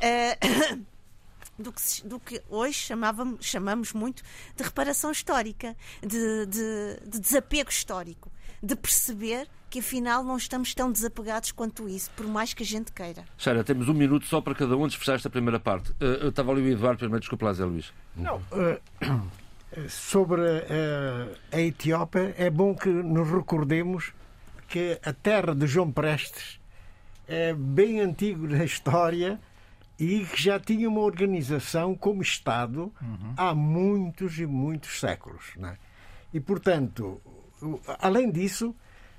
[SPEAKER 5] do que hoje chamamos muito de reparação histórica, de desapego histórico, de perceber que afinal não estamos tão desapegados quanto isso, por mais que a gente queira.
[SPEAKER 2] Sheila, temos um minuto só para cada um desfechar esta primeira parte. Eu estava ali o Eduardo primeiro, desculpa lá, Zé Luís.
[SPEAKER 3] Não, sobre a Etiópia, é bom que nos recordemos que a terra de João Prestes é bem antigo na história e que já tinha uma organização como Estado há muitos e muitos séculos, não é? E, portanto, além disso,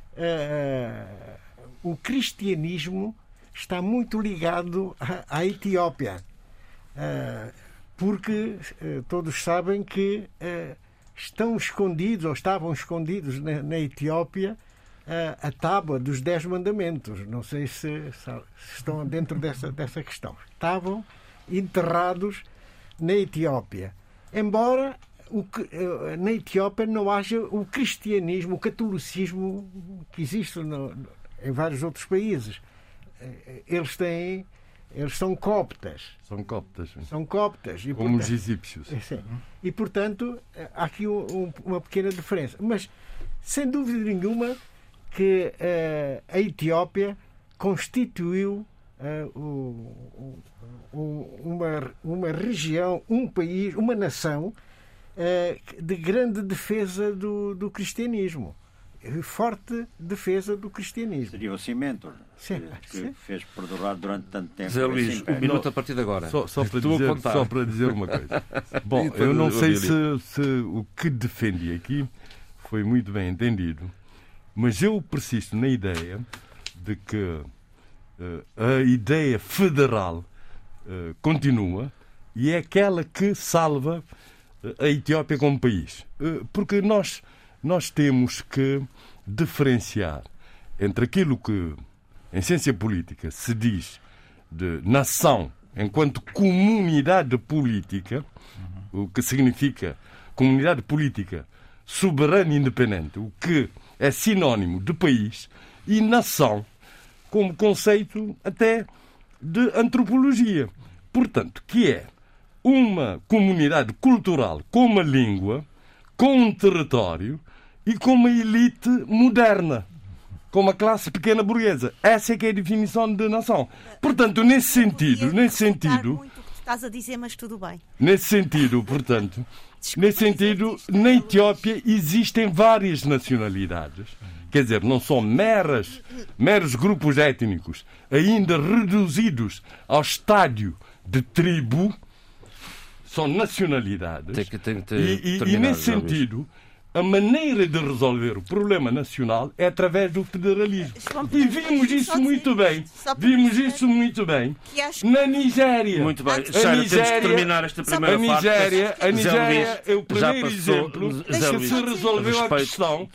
[SPEAKER 3] o cristianismo está muito ligado à Etiópia, porque todos sabem que estão escondidos, ou estavam escondidos na Etiópia, a tábua dos 10 mandamentos. Não sei se estão dentro dessa questão. Estavam enterrados na Etiópia. Embora na Etiópia não haja o cristianismo, o catolicismo que existe em vários outros países. Eles são coptas.
[SPEAKER 6] São coptas.
[SPEAKER 3] São coptas. E,
[SPEAKER 6] como os egípcios.
[SPEAKER 3] E, portanto, há aqui uma pequena diferença. Mas, sem dúvida nenhuma, que a Etiópia constituiu uma região, um país, uma nação de grande defesa do cristianismo. Forte defesa do cristianismo.
[SPEAKER 7] Seria o cimento que fez perdurar durante tanto tempo.
[SPEAKER 2] Zé Luís, um minuto a partir de agora.
[SPEAKER 6] Só para dizer uma coisa. Bom, eu não sei se o que defendi aqui foi muito bem entendido, mas eu persisto na ideia de que a ideia federal continua e é aquela que salva a Etiópia como país. Porque nós temos que diferenciar entre aquilo que, em ciência política, se diz de nação enquanto comunidade política, o que significa comunidade política soberana e independente, o que é sinónimo de país, e nação como conceito até de antropologia. Portanto, que é uma comunidade cultural com uma língua, com um território e com uma elite moderna, com uma classe pequena burguesa. Essa é que é a definição de nação. Portanto, nesse sentido,
[SPEAKER 5] muito o que tu estás a dizer, mas tudo bem.
[SPEAKER 6] Nesse sentido, na Etiópia existem várias nacionalidades. Quer dizer, não são meros grupos étnicos, ainda reduzidos ao estádio de tribo, são nacionalidades.
[SPEAKER 2] Tem que
[SPEAKER 6] e nesse sentido,
[SPEAKER 8] a maneira de resolver o problema nacional é através do federalismo. E vimos isso muito bem. Vimos isso muito bem na Nigéria.
[SPEAKER 2] Muito bem. Temos que terminar esta primeira parte.
[SPEAKER 8] A Nigéria é o primeiro exemplo que se resolveu a questão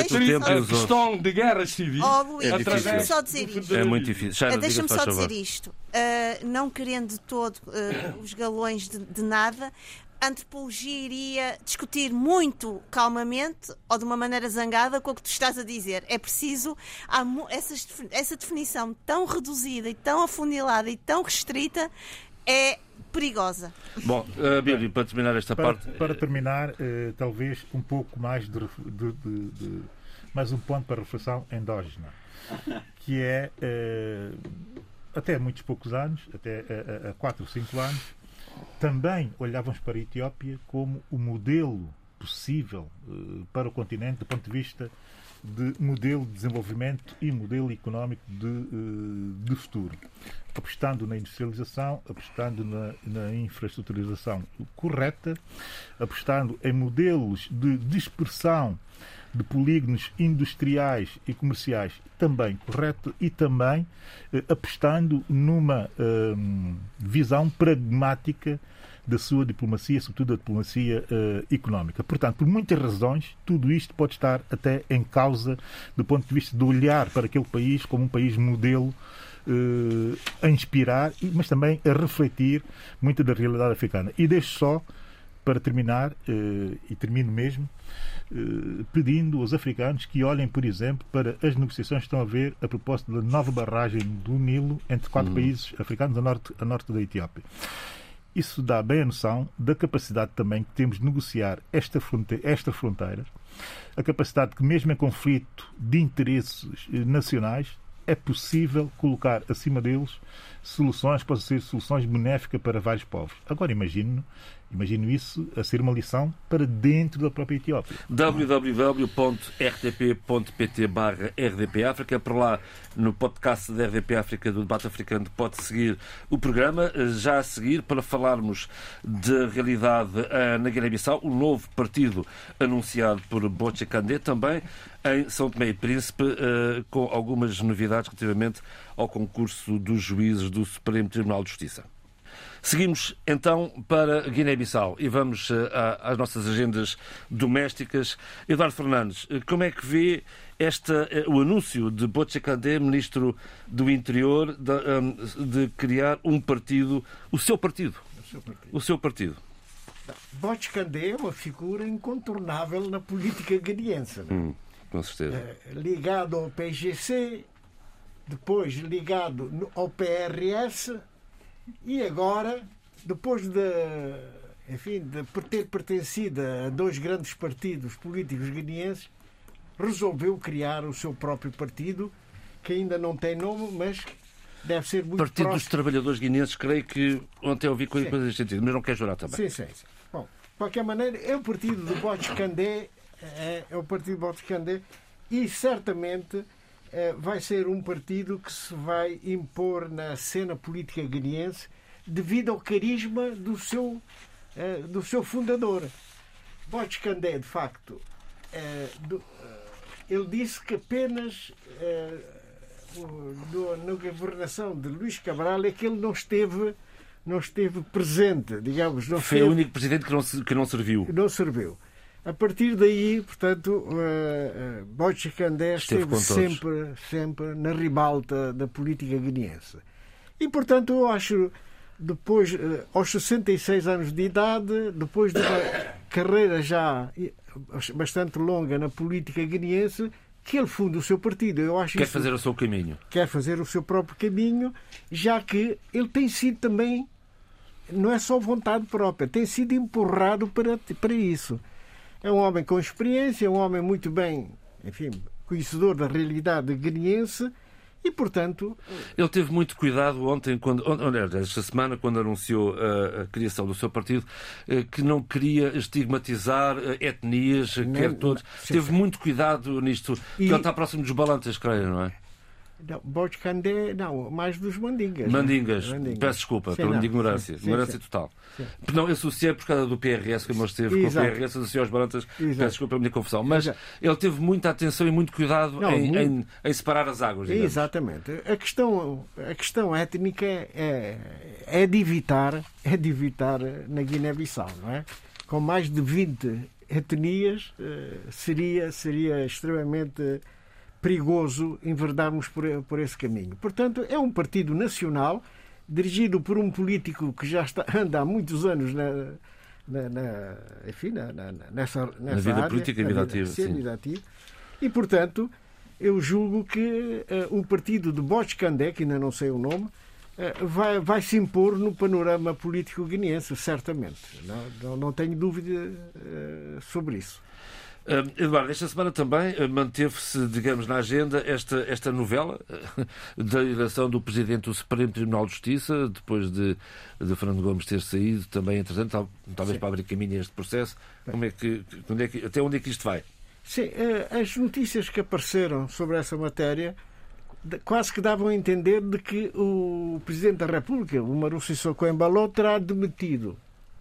[SPEAKER 8] de guerras civis.
[SPEAKER 5] Deixa-me só dizer isto.
[SPEAKER 2] É muito difícil.
[SPEAKER 5] Deixa-me só dizer isto. Não querendo de todo os galões de nada, a antropologia iria discutir muito calmamente ou de uma maneira zangada com o que tu estás a dizer. É preciso essa definição tão reduzida e tão afunilada e tão restrita é perigosa.
[SPEAKER 2] Bom, Bíblia, para terminar esta parte...
[SPEAKER 4] Para terminar, talvez um pouco mais mais um ponto para reflexão endógena, que é, até há muitos poucos anos, até há 4 ou 5 anos, também olhávamos para a Etiópia como o modelo possível para o continente do ponto de vista de modelo de desenvolvimento e modelo económico de futuro, apostando na industrialização, apostando na infraestruturização correta, apostando em modelos de dispersão de polígonos industriais e comerciais também correto e também apostando numa visão pragmática da sua diplomacia, sobretudo da diplomacia económica. Portanto, por muitas razões, tudo isto pode estar até em causa do ponto de vista de olhar para aquele país como um país modelo a inspirar, mas também a refletir muito da realidade africana. E deixo só, para terminar, e termino mesmo, pedindo aos africanos que olhem, por exemplo, para as negociações que estão a haver a propósito da nova barragem do Nilo entre 4 países africanos a norte da Etiópia. Isso dá bem a noção da capacidade também que temos de negociar esta fronteira, a capacidade que, mesmo em conflito de interesses nacionais, é possível colocar acima deles soluções que possam ser soluções benéficas para vários povos. Agora imagino isso a ser uma lição para dentro da própria Etiópia.
[SPEAKER 2] www.rtp.pt/rdpafrica. Por lá, no podcast da RDP África, do Debate Africano, pode seguir o programa. Já a seguir, para falarmos da realidade na Guiné-Bissau, o novo partido anunciado por Boccia Kandé, também em São Tomé e Príncipe, com algumas novidades relativamente ao concurso dos juízes do Supremo Tribunal de Justiça. Seguimos então para Guiné-Bissau e vamos às nossas agendas domésticas. Eduardo Fernandes, como é que vê o anúncio de Boccia Kandé, Ministro do Interior, de criar um partido, o seu partido?
[SPEAKER 3] Boccia Kandé é uma figura incontornável na política guineense.
[SPEAKER 2] Com certeza.
[SPEAKER 3] Ligado ao PGC, depois ligado ao PRS, e agora, depois de ter pertencido a 2 grandes partidos políticos guineenses, resolveu criar o seu próprio partido, que ainda não tem nome, mas deve ser muito
[SPEAKER 2] Partido
[SPEAKER 3] próximo.
[SPEAKER 2] dos Trabalhadores Guineenses, creio que ontem ouvi coisas nesse sentido, mas não quer jurar também.
[SPEAKER 3] Sim. Bom, de qualquer maneira, é o partido do Boccia Kandé, e certamente vai ser um partido que se vai impor na cena política guineense devido ao carisma do seu fundador. Boccia Kandé, de facto, ele disse que apenas na governação de Luís Cabral é que ele não esteve presente, digamos.
[SPEAKER 2] Foi o único presidente que não serviu.
[SPEAKER 3] Não serviu. A partir daí, portanto, Boccia Kandé esteve sempre na ribalta da política guineense. E, portanto, eu acho, depois, aos 66 anos de idade, depois de uma carreira já bastante longa na política guineense, que ele funda o seu partido. Eu acho
[SPEAKER 2] Quer fazer o seu caminho.
[SPEAKER 3] Quer fazer o seu próprio caminho, já que ele tem sido também, não é só vontade própria, tem sido empurrado para isso. É um homem com experiência, um homem muito bem, conhecedor da realidade guineense e, portanto...
[SPEAKER 2] Ele teve muito cuidado esta semana, quando anunciou a criação do seu partido, que não queria estigmatizar etnias, quer todos. Teve muito cuidado nisto, porque ele está próximo dos balantes, creio, não é?
[SPEAKER 3] Bojcandé, não, mais dos Mandingas.
[SPEAKER 2] Mandingas.
[SPEAKER 3] Né?
[SPEAKER 2] Peço desculpa pela minha ignorância. Ignorância total. Sim. Não, associei por causa do PRS, como ele esteve com o PRS, associei aos Barantas. Peço desculpa pela minha confusão. Mas ele teve muita atenção e muito cuidado em separar as águas. Digamos.
[SPEAKER 3] Exatamente. A questão étnica é de evitar na Guiné-Bissau, não é? Com mais de 20 etnias, seria extremamente perigoso enverdarmos por esse caminho. Portanto, é um partido nacional dirigido por um político que já anda há muitos anos nessa
[SPEAKER 2] vida
[SPEAKER 3] área,
[SPEAKER 2] política e vida ativa.
[SPEAKER 3] E, portanto, eu julgo que o partido de Bojcandé, que ainda não sei o nome, vai se impor no panorama político guineense, certamente. Não tenho dúvida sobre isso.
[SPEAKER 2] Eduardo, esta semana também manteve-se, digamos, na agenda esta novela da eleição do Presidente do Supremo Tribunal de Justiça, depois de Fernando Gomes ter saído, também, entretanto, talvez para abrir caminho a este processo. Até onde é que isto vai?
[SPEAKER 3] Sim, as notícias que apareceram sobre essa matéria quase que davam a entender de que o Presidente da República, o Umaru Sissoko Embalo, terá demitido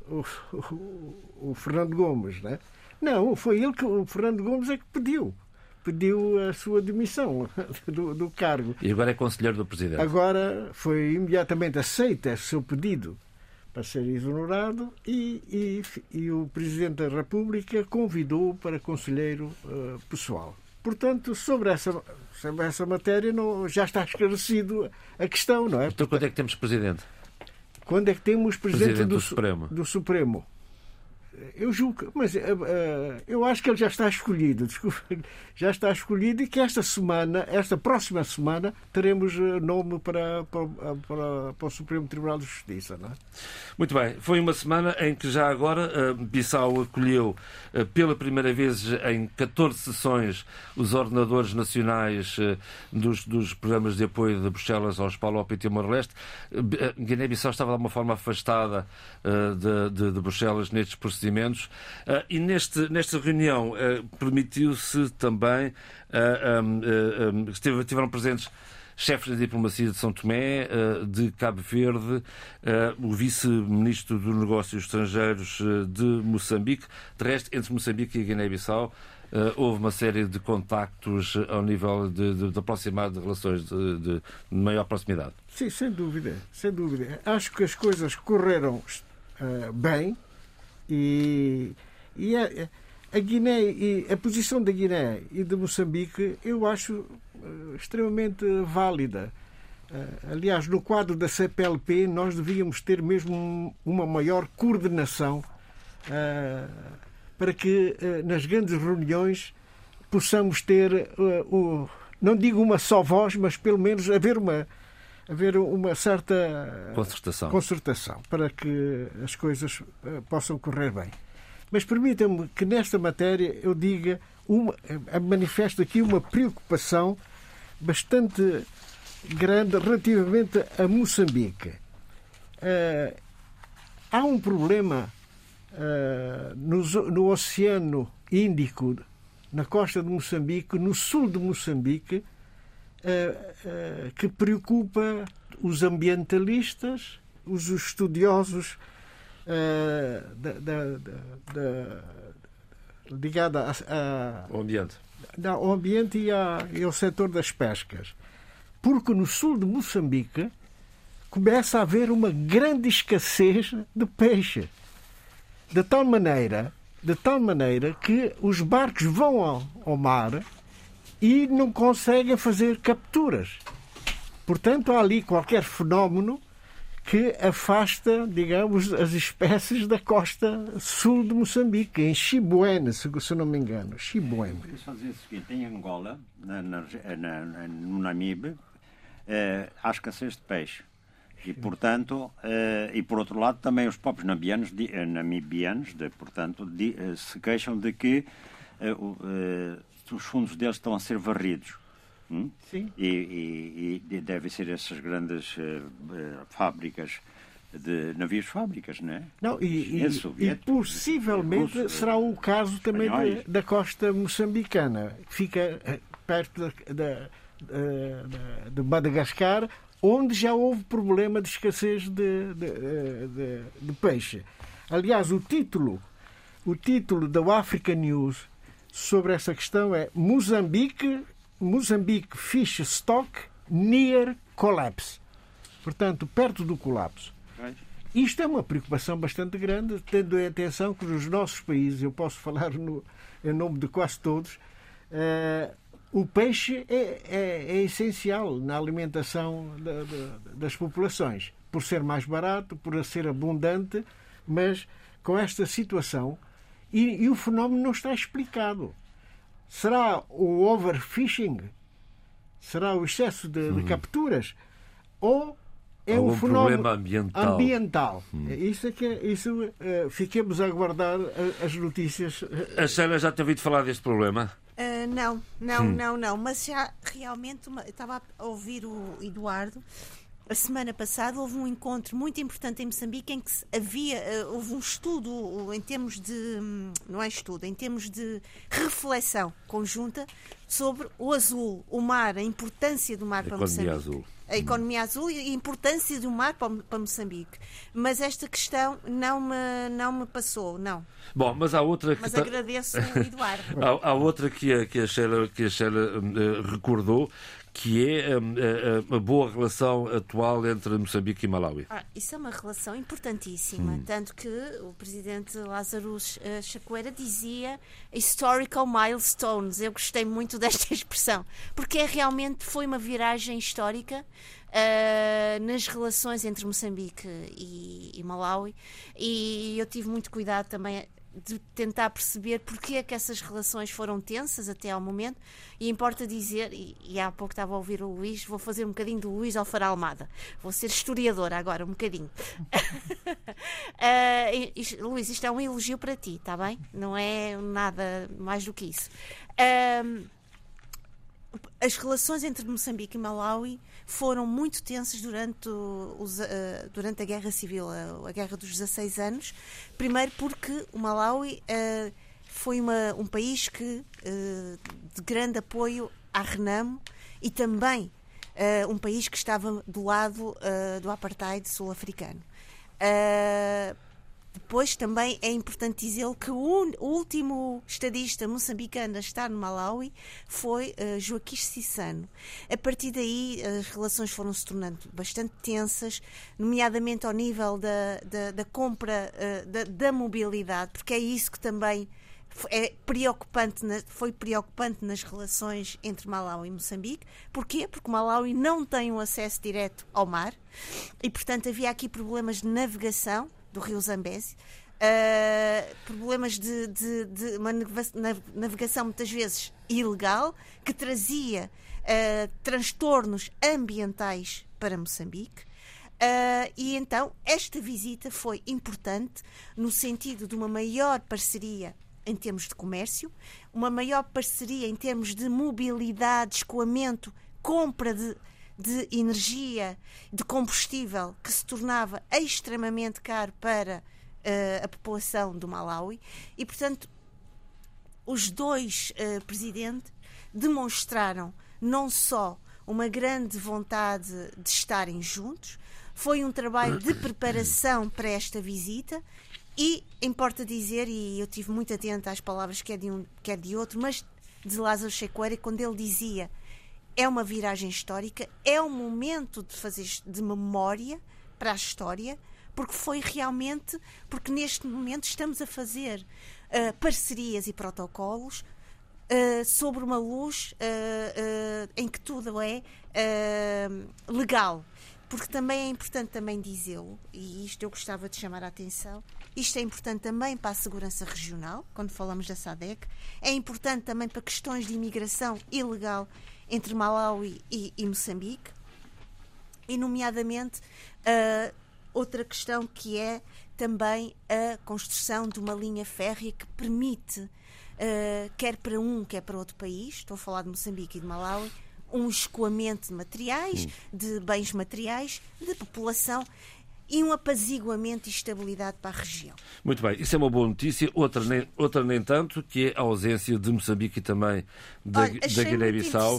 [SPEAKER 3] o Fernando Gomes, não é? Não, foi ele o Fernando Gomes é que pediu a sua demissão do cargo.
[SPEAKER 2] E agora é conselheiro do Presidente.
[SPEAKER 3] Agora foi imediatamente aceito esse seu pedido para ser exonerado e o Presidente da República convidou-o para conselheiro pessoal. Portanto, sobre essa matéria já está esclarecido a questão, não é?
[SPEAKER 2] Então quando é que temos Presidente?
[SPEAKER 3] Quando é que temos Presidente
[SPEAKER 2] do Supremo?
[SPEAKER 3] Do Supremo? Eu julgo, mas eu acho que ele já está escolhido. Desculpa, já está escolhido e que esta próxima semana, teremos nome para o Supremo Tribunal de Justiça. Não é?
[SPEAKER 2] Muito bem. Foi uma semana em que já agora Bissau acolheu pela primeira vez em 14 sessões os ordenadores nacionais dos programas de apoio de Bruxelas aos PALOP e Timor-Leste. Guiné-Bissau estava de uma forma afastada de Bruxelas nestes procedimentos. E nesta reunião permitiu-se também, estiveram presentes chefes da diplomacia de São Tomé, de Cabo Verde, o vice-ministro dos Negócios Estrangeiros de Moçambique. De resto, entre Moçambique e Guiné-Bissau, houve uma série de contactos ao nível de aproximar de relações de maior proximidade.
[SPEAKER 3] Sim, sem dúvida. Acho que as coisas correram bem. E a Guiné e a posição da Guiné e de Moçambique eu acho extremamente válida. Aliás, no quadro da CPLP nós devíamos ter mesmo uma maior coordenação para que nas grandes reuniões possamos ter, não digo uma só voz, mas pelo menos haver uma certa concertação para que as coisas possam correr bem. Mas permitam-me que nesta matéria eu diga, manifesto aqui uma preocupação bastante grande relativamente a Moçambique. Há um problema no Oceano Índico, na costa de Moçambique, no sul de Moçambique, que preocupa os ambientalistas, os estudiosos ligados ao ambiente e ao setor das pescas. Porque no sul de Moçambique começa a haver uma grande escassez de peixe. De tal maneira que os barcos vão ao mar e não conseguem fazer capturas. Portanto, há ali qualquer fenómeno que afasta, digamos, as espécies da costa sul de Moçambique, em Chibuene, se não me engano. Chibuene.
[SPEAKER 7] Eu só dizer o seguinte, em Angola, no Namibe, há escassez de peixe. E, portanto, e por outro lado, também os próprios namibianos, portanto, se queixam de que os fundos deles estão a ser varridos.
[SPEAKER 3] Sim.
[SPEAKER 7] E devem ser essas grandes fábricas de navios fábricas, não é?
[SPEAKER 3] Não, e possivelmente será o caso também da costa moçambicana, que fica perto de Madagascar, onde já houve problema de escassez de peixe. Aliás, o título da Africa News sobre essa questão é Mozambique Fish Stock Near Collapse. Portanto, perto do colapso. Isto é uma preocupação bastante grande, tendo em atenção que nos nossos países, eu posso falar em nome de quase todos, o peixe é essencial na alimentação das populações, por ser mais barato, por ser abundante, mas com esta situação, e o fenómeno não está explicado. Será o overfishing? Será o excesso de capturas? Ou é um fenómeno ambiental? Isso é que fiquemos a aguardar as notícias.
[SPEAKER 2] A Sheila já tem ouvido falar deste problema?
[SPEAKER 5] Não. Mas já realmente estava a ouvir o Eduardo. A semana passada houve um encontro muito importante em Moçambique em que houve um estudo em termos de, não é estudo, em termos de reflexão conjunta sobre o azul, o mar, a importância do mar para Moçambique. A economia azul e a importância do mar para Moçambique. Mas esta questão não me passou, não.
[SPEAKER 2] Bom, mas há outra que...
[SPEAKER 5] Mas agradeço o Eduardo.
[SPEAKER 2] Há outra que a Sheila recordou, que é a boa relação atual entre Moçambique e Malawi.
[SPEAKER 5] Isso é uma relação importantíssima, tanto que o presidente Lázaro Chakwera dizia historical milestones. Eu gostei muito desta expressão, porque realmente foi uma viragem histórica nas relações entre Moçambique e Malawi, e eu tive muito cuidado também de tentar perceber porque é que essas relações foram tensas até ao momento, e importa dizer, e há pouco estava a ouvir o Luís, vou fazer um bocadinho do Luís Alfaro Almada, vou ser historiadora agora, um bocadinho. Luís, isto é um elogio para ti, está bem? Não é nada mais do que isso. As relações entre Moçambique e Malawi foram muito tensas durante a Guerra Civil, a Guerra dos 16 anos. Primeiro porque o Malawi foi um país de grande apoio à Renamo, e também um país que estava do lado do apartheid sul-africano. Depois também é importante dizer que o último estadista moçambicano a estar no Malawi foi Joaquim Cissano. A partir daí as relações foram se tornando bastante tensas, nomeadamente ao nível da compra da mobilidade, porque é isso que também foi preocupante nas relações entre Malawi e Moçambique. Porquê? Porque o Malawi não tem um acesso direto ao mar e, portanto, havia aqui problemas de navegação do rio Zambézia, problemas de uma navegação muitas vezes ilegal, que trazia transtornos ambientais para Moçambique. E então esta visita foi importante no sentido de uma maior parceria em termos de comércio, uma maior parceria em termos de mobilidade, escoamento, compra de energia, de combustível, que se tornava extremamente caro para a população do Malawi, e, portanto, os dois presidentes demonstraram não só uma grande vontade de estarem juntos, foi um trabalho de preparação para esta visita, e importa dizer, e eu estive muito atenta às palavras quer de um, quer de outro, mas de Lázaro Chakwera, quando ele dizia: é uma viragem histórica, é um momento de fazer de memória para a história, porque neste momento estamos a fazer parcerias e protocolos sobre uma luz em que tudo é legal. Porque também é importante também dizê-lo, e isto eu gostava de chamar a atenção, isto é importante também para a segurança regional, quando falamos da SADC, é importante também para questões de imigração ilegal entre Malawi e Moçambique, e nomeadamente outra questão que é também a construção de uma linha férrea que permite, quer para um, quer para outro país, estou a falar de Moçambique e de Malawi, um escoamento de materiais, de bens materiais, de população, e um apaziguamento e estabilidade para a região.
[SPEAKER 2] Muito bem, isso é uma boa notícia. Outra nem tanto, que é a ausência de Moçambique e também da Guiné-Bissau,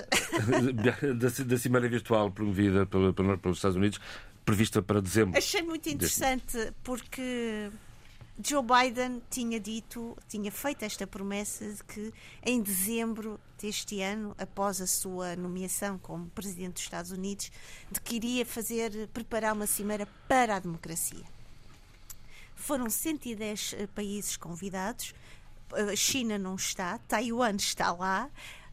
[SPEAKER 2] da Cimeira Virtual promovida pelos Estados Unidos, prevista para dezembro.
[SPEAKER 5] Achei muito interessante porque Joe Biden tinha feito esta promessa de que em dezembro deste ano, após a sua nomeação como Presidente dos Estados Unidos, de que iria preparar uma cimeira para a democracia. Foram 110 países convidados, a China não está, Taiwan está lá,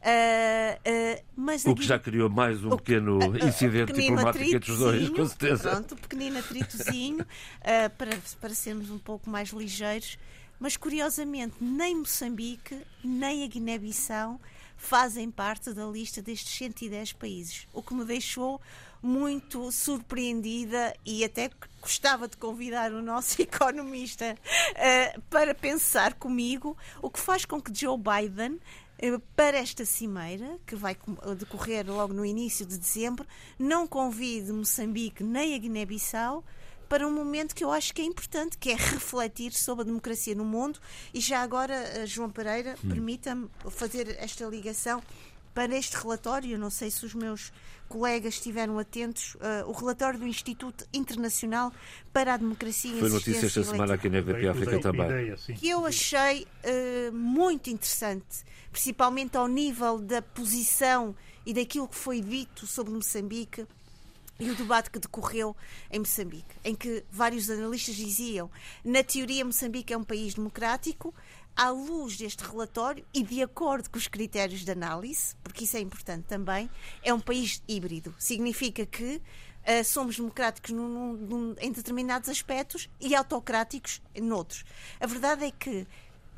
[SPEAKER 5] mas
[SPEAKER 2] o que já criou mais um pequeno incidente diplomático entre os dois, com certeza.
[SPEAKER 5] Pronto, um pequenino atritozinho, para sermos um pouco mais ligeiros. Mas, curiosamente, nem Moçambique, nem a Guiné-Bissau fazem parte da lista destes 110 países, o que me deixou muito surpreendida e até gostava de convidar o nosso economista para pensar comigo, o que faz com que Joe Biden, para esta cimeira, que vai decorrer logo no início de dezembro, não convide Moçambique nem a Guiné-Bissau para um momento que eu acho que é importante, que é refletir sobre a democracia no mundo. E já agora, João Pereira, permita-me fazer esta ligação para este relatório. Eu não sei se os meus colegas estiveram atentos, o relatório do Instituto Internacional para a Democracia e
[SPEAKER 2] Foi notícia esta semana aqui na RDP África também.
[SPEAKER 5] Que eu achei muito interessante, principalmente ao nível da posição e daquilo que foi dito sobre Moçambique e o debate que decorreu em Moçambique, em que vários analistas diziam, na teoria Moçambique é um país democrático, à luz deste relatório e de acordo com os critérios de análise, porque isso é importante também, é um país híbrido. Significa que somos democráticos em determinados aspectos e autocráticos noutros. A verdade é que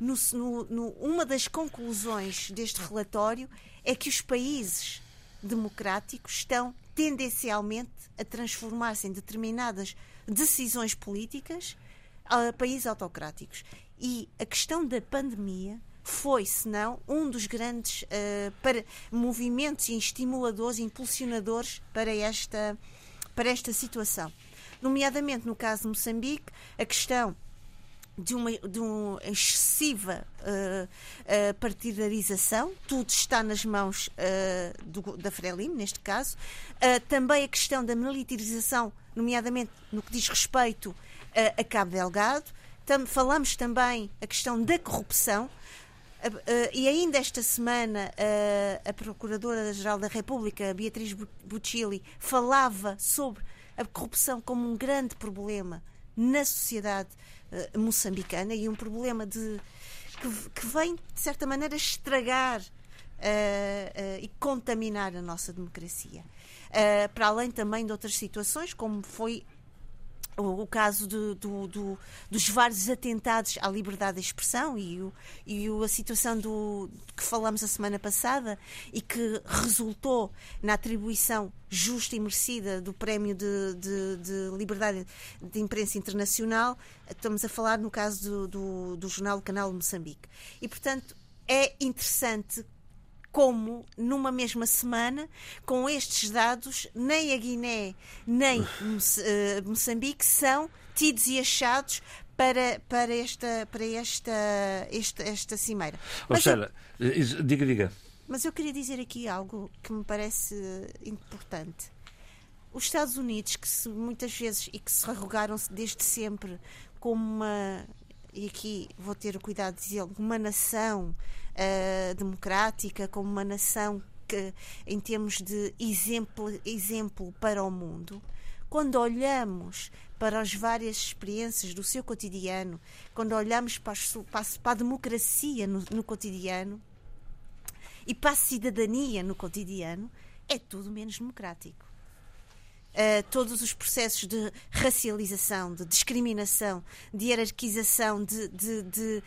[SPEAKER 5] uma das conclusões deste relatório é que os países democráticos estão tendencialmente a transformar-se em determinadas decisões políticas a países autocráticos. E a questão da pandemia foi, se não, um dos grandes movimentos e estimuladores, impulsionadores para esta situação. Nomeadamente, no caso de Moçambique, a questão de uma excessiva partidarização, tudo está nas mãos da Frelimo, neste caso. Também a questão da militarização, nomeadamente no que diz respeito a Cabo Delgado. Falamos também a questão da corrupção. E ainda esta semana a Procuradora-Geral da República, Beatriz Bucilli, falava sobre a corrupção como um grande problema na sociedade moçambicana e um problema que vem, de certa maneira, estragar e contaminar a nossa democracia. Para além também de outras situações, como foi o caso dos vários atentados à liberdade de expressão e a situação que falamos a semana passada e que resultou na atribuição justa e merecida do Prémio de Liberdade de Imprensa Internacional. Estamos a falar no caso do jornal Canal de Moçambique. E, portanto, é interessante como, numa mesma semana, com estes dados, nem a Guiné nem Moçambique são tidos e achados para esta cimeira.
[SPEAKER 2] Diga.
[SPEAKER 5] Mas eu queria dizer aqui algo que me parece importante. Os Estados Unidos, que muitas vezes e que se arrogaram-se desde sempre como uma, e aqui vou ter o cuidado de dizer, uma nação democrática, como uma nação que, em termos de exemplo para o mundo, quando olhamos para as várias experiências do seu cotidiano, quando olhamos para a democracia no cotidiano e para a cidadania no cotidiano, é tudo menos democrático. Todos os processos de racialização, de discriminação, de hierarquização, de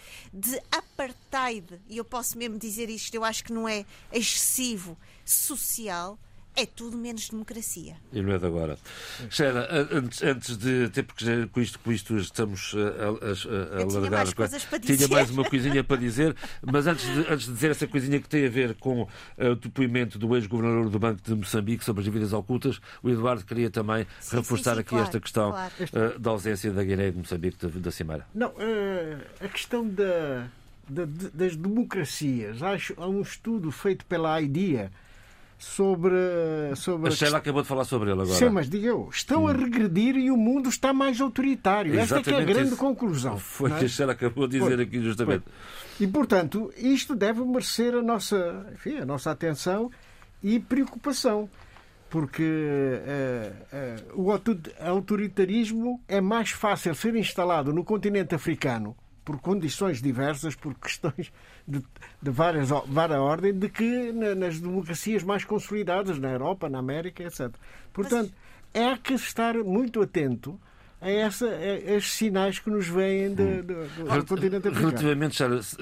[SPEAKER 5] apartheid, e eu posso mesmo dizer isto, eu acho que não é excessivo, social, é tudo menos democracia.
[SPEAKER 2] E não é de agora. Sheila, antes de... Até porque com isto estamos a alargar... Tinha mais uma coisinha para dizer, mas antes de dizer essa coisinha que tem a ver com o depoimento do ex-governador do Banco de Moçambique sobre as dívidas ocultas, o Eduardo queria também reforçar aqui esta questão da ausência da Guiné e de Moçambique da Cimeira.
[SPEAKER 3] Não, a questão das democracias. Há um estudo feito pela IDEA sobre
[SPEAKER 2] a Sheila acabou de falar sobre ele agora.
[SPEAKER 3] Sim, mas diga eu, estão a regredir e o mundo está mais autoritário.
[SPEAKER 2] Exatamente.
[SPEAKER 3] Esta é a grande conclusão.
[SPEAKER 2] Foi o que a Sheila acabou de dizer aqui justamente.
[SPEAKER 3] E, portanto, isto deve merecer a nossa atenção e preocupação, porque o autoritarismo é mais fácil ser instalado no continente africano por condições diversas, por questões de várias ordem, de que nas democracias mais consolidadas, na Europa, na América, etc. Portanto, há que estar muito atento a esses sinais que nos vêm do continente africano.
[SPEAKER 2] Relativamente,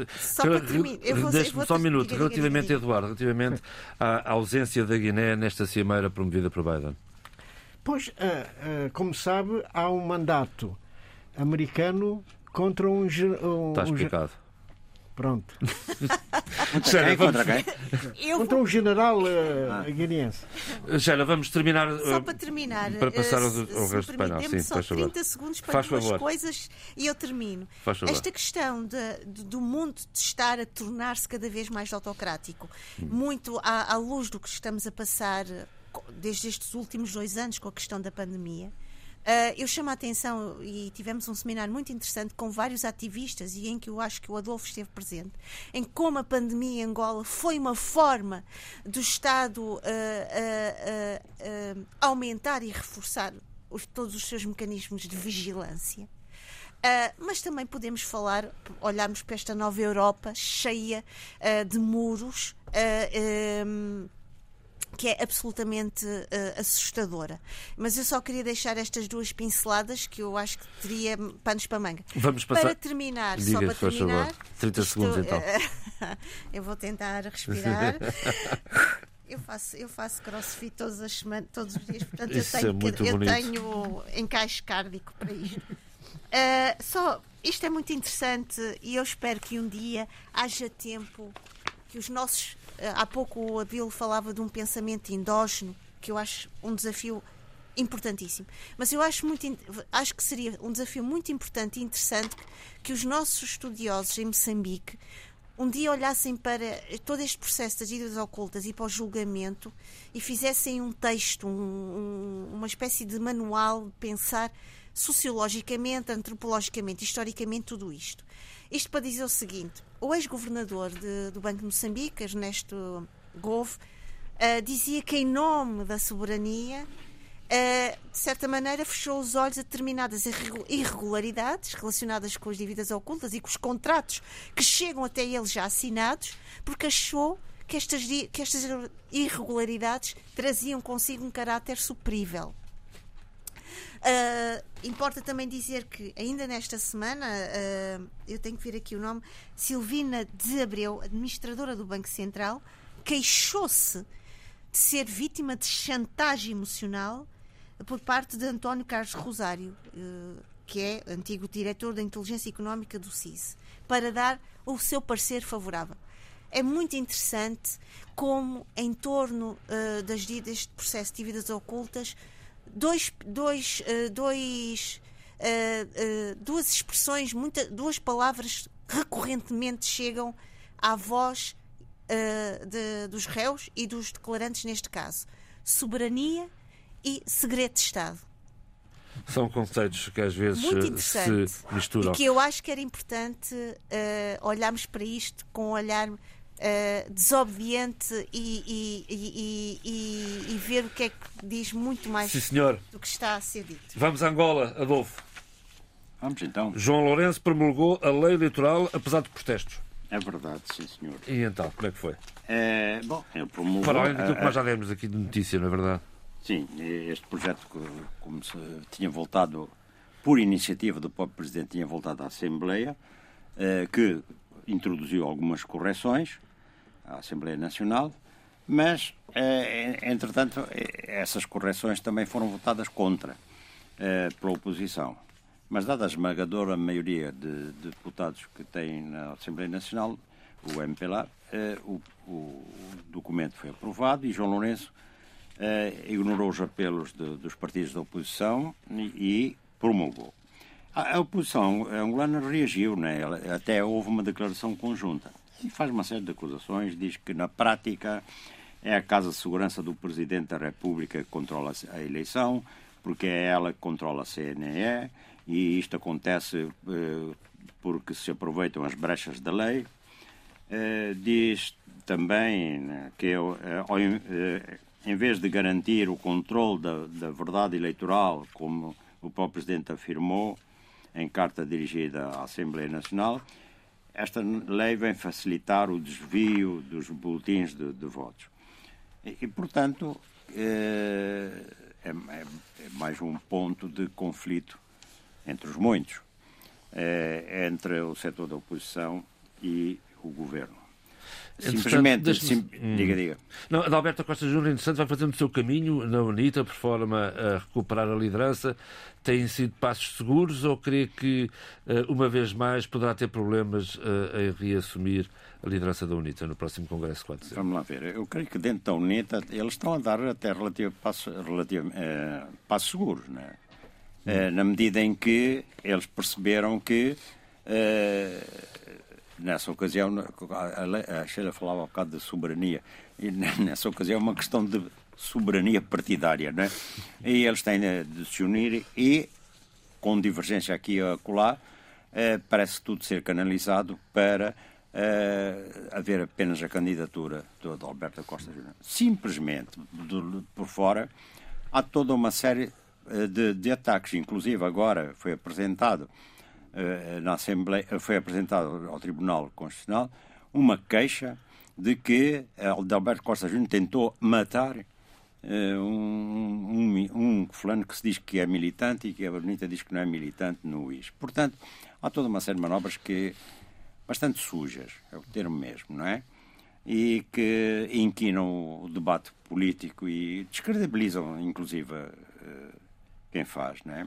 [SPEAKER 2] só um minuto. Relativamente, Eduardo, relativamente à ausência da Guiné nesta cimeira promovida por Biden.
[SPEAKER 3] Pois, como sabe, há um mandato americano contra um...
[SPEAKER 2] Está explicado.
[SPEAKER 3] Pronto.
[SPEAKER 7] Contra quem?
[SPEAKER 3] Contra um general guineense.
[SPEAKER 2] Sheila, vamos terminar...
[SPEAKER 5] Só para terminar,
[SPEAKER 2] para passar ao resto do painel.
[SPEAKER 5] Sim, só 30 segundos para duas coisas e eu termino. Esta questão do mundo de estar a tornar-se cada vez mais autocrático, muito à luz do que estamos a passar desde estes últimos 2 anos com a questão da pandemia. Eu chamo a atenção, e tivemos um seminário muito interessante com vários ativistas, e em que eu acho que o Adolfo esteve presente, em como a pandemia em Angola foi uma forma do Estado aumentar e reforçar todos os seus mecanismos de vigilância. Mas também podemos olharmos para esta nova Europa cheia de muros, que é absolutamente assustadora. Mas eu só queria deixar estas 2 pinceladas que eu acho que teria panos para manga.
[SPEAKER 2] Vamos passar.
[SPEAKER 5] Para terminar, só para terminar...
[SPEAKER 2] 30 segundos então.
[SPEAKER 5] Eu vou tentar respirar. Eu faço crossfit todas as semanas, todos os dias, portanto eu tenho encaixe cárdico para isto. Isto é muito interessante e eu espero que um dia haja tempo que os nossos... Há pouco o Abílio falava de um pensamento endógeno, que eu acho um desafio importantíssimo. Mas eu acho que seria um desafio muito importante e interessante que os nossos estudiosos em Moçambique um dia olhassem para todo este processo das dívidas ocultas e para o julgamento e fizessem um texto, uma espécie de manual de pensar sociologicamente, antropologicamente, historicamente tudo isto. Isto para dizer o seguinte: o ex-governador do Banco de Moçambique, Ernesto Gove, dizia que em nome da soberania, de certa maneira, fechou os olhos a determinadas irregularidades relacionadas com as dívidas ocultas e com os contratos que chegam até ele já assinados, porque achou que estas irregularidades traziam consigo um caráter suprível. Importa também dizer que ainda nesta semana eu tenho que vir aqui o nome, Silvina de Abreu, administradora do Banco Central, queixou-se de ser vítima de chantagem emocional por parte de António Carlos Rosário, que é antigo diretor da Inteligência Económica do CIS, para dar o seu parecer favorável. É muito interessante como em torno deste processo de dívidas ocultas duas expressões, duas palavras recorrentemente chegam à voz dos réus e dos declarantes neste caso: soberania e segredo de Estado.
[SPEAKER 2] São conceitos que às vezes se misturam.
[SPEAKER 5] E que eu acho que era importante olharmos para isto com um olhar desobediente e ver o que é que diz muito mais do que está a ser dito.
[SPEAKER 2] Vamos a Angola, Adolfo.
[SPEAKER 7] Vamos então.
[SPEAKER 2] João Lourenço promulgou a lei eleitoral apesar de protestos.
[SPEAKER 7] É verdade, sim senhor.
[SPEAKER 2] E então, como é que foi?
[SPEAKER 7] Ele promulgou...
[SPEAKER 2] Para além daquilo que nós já demos aqui de notícia, não é verdade?
[SPEAKER 7] Sim, este projeto, como se tinha voltado, por iniciativa do próprio Presidente, tinha voltado à Assembleia, que introduziu algumas correções à Assembleia Nacional, Mas, entretanto, essas correções também foram votadas contra pela oposição. Mas, dada a esmagadora maioria de deputados que tem na Assembleia Nacional, o MPLA, o documento foi aprovado e João Lourenço ignorou os apelos dos partidos da oposição e promulgou. A oposição angolana reagiu, né? Até houve uma declaração conjunta e faz uma série de acusações, diz que na prática é a Casa de Segurança do Presidente da República que controla a eleição, porque é ela que controla a CNE e isto acontece porque se aproveitam as brechas da lei. Diz também que em vez de garantir o controle da verdade eleitoral, como o próprio Presidente afirmou em carta dirigida à Assembleia Nacional, esta lei vem facilitar o desvio dos boletins de votos. E portanto, é mais um ponto de conflito entre os muitos, entre o setor da oposição e o governo. Simplesmente, diga.
[SPEAKER 2] Não, Adalberto Costa Júnior, interessante, vai fazendo o seu caminho na UNITA por forma a recuperar a liderança. Têm sido passos seguros ou crê que, uma vez mais, poderá ter problemas em reassumir a liderança da UNITA no próximo Congresso?
[SPEAKER 7] Vamos lá ver. Eu creio que dentro da UNITA eles estão a dar até passos seguros, não é? Na medida em que eles perceberam que nessa ocasião, a Sheila falava um bocado de soberania, e nessa ocasião é uma questão de soberania partidária, não é? E eles têm de se unir e, com divergência aqui e acolá, parece tudo ser canalizado para haver apenas a candidatura do Adalberto Costa Júnior. Simplesmente, por fora, há toda uma série de ataques, inclusive agora foi apresentado na Assembleia, foi apresentado ao Tribunal Constitucional uma queixa de que Adalberto Costa Júnior tentou matar um fulano que se diz que é militante e que a UNITA diz que não é militante no UIS. Portanto, há toda uma série de manobras que bastante sujas, é o termo mesmo, não é? E que inquinam o debate político e descredibilizam, inclusive, quem faz, não é?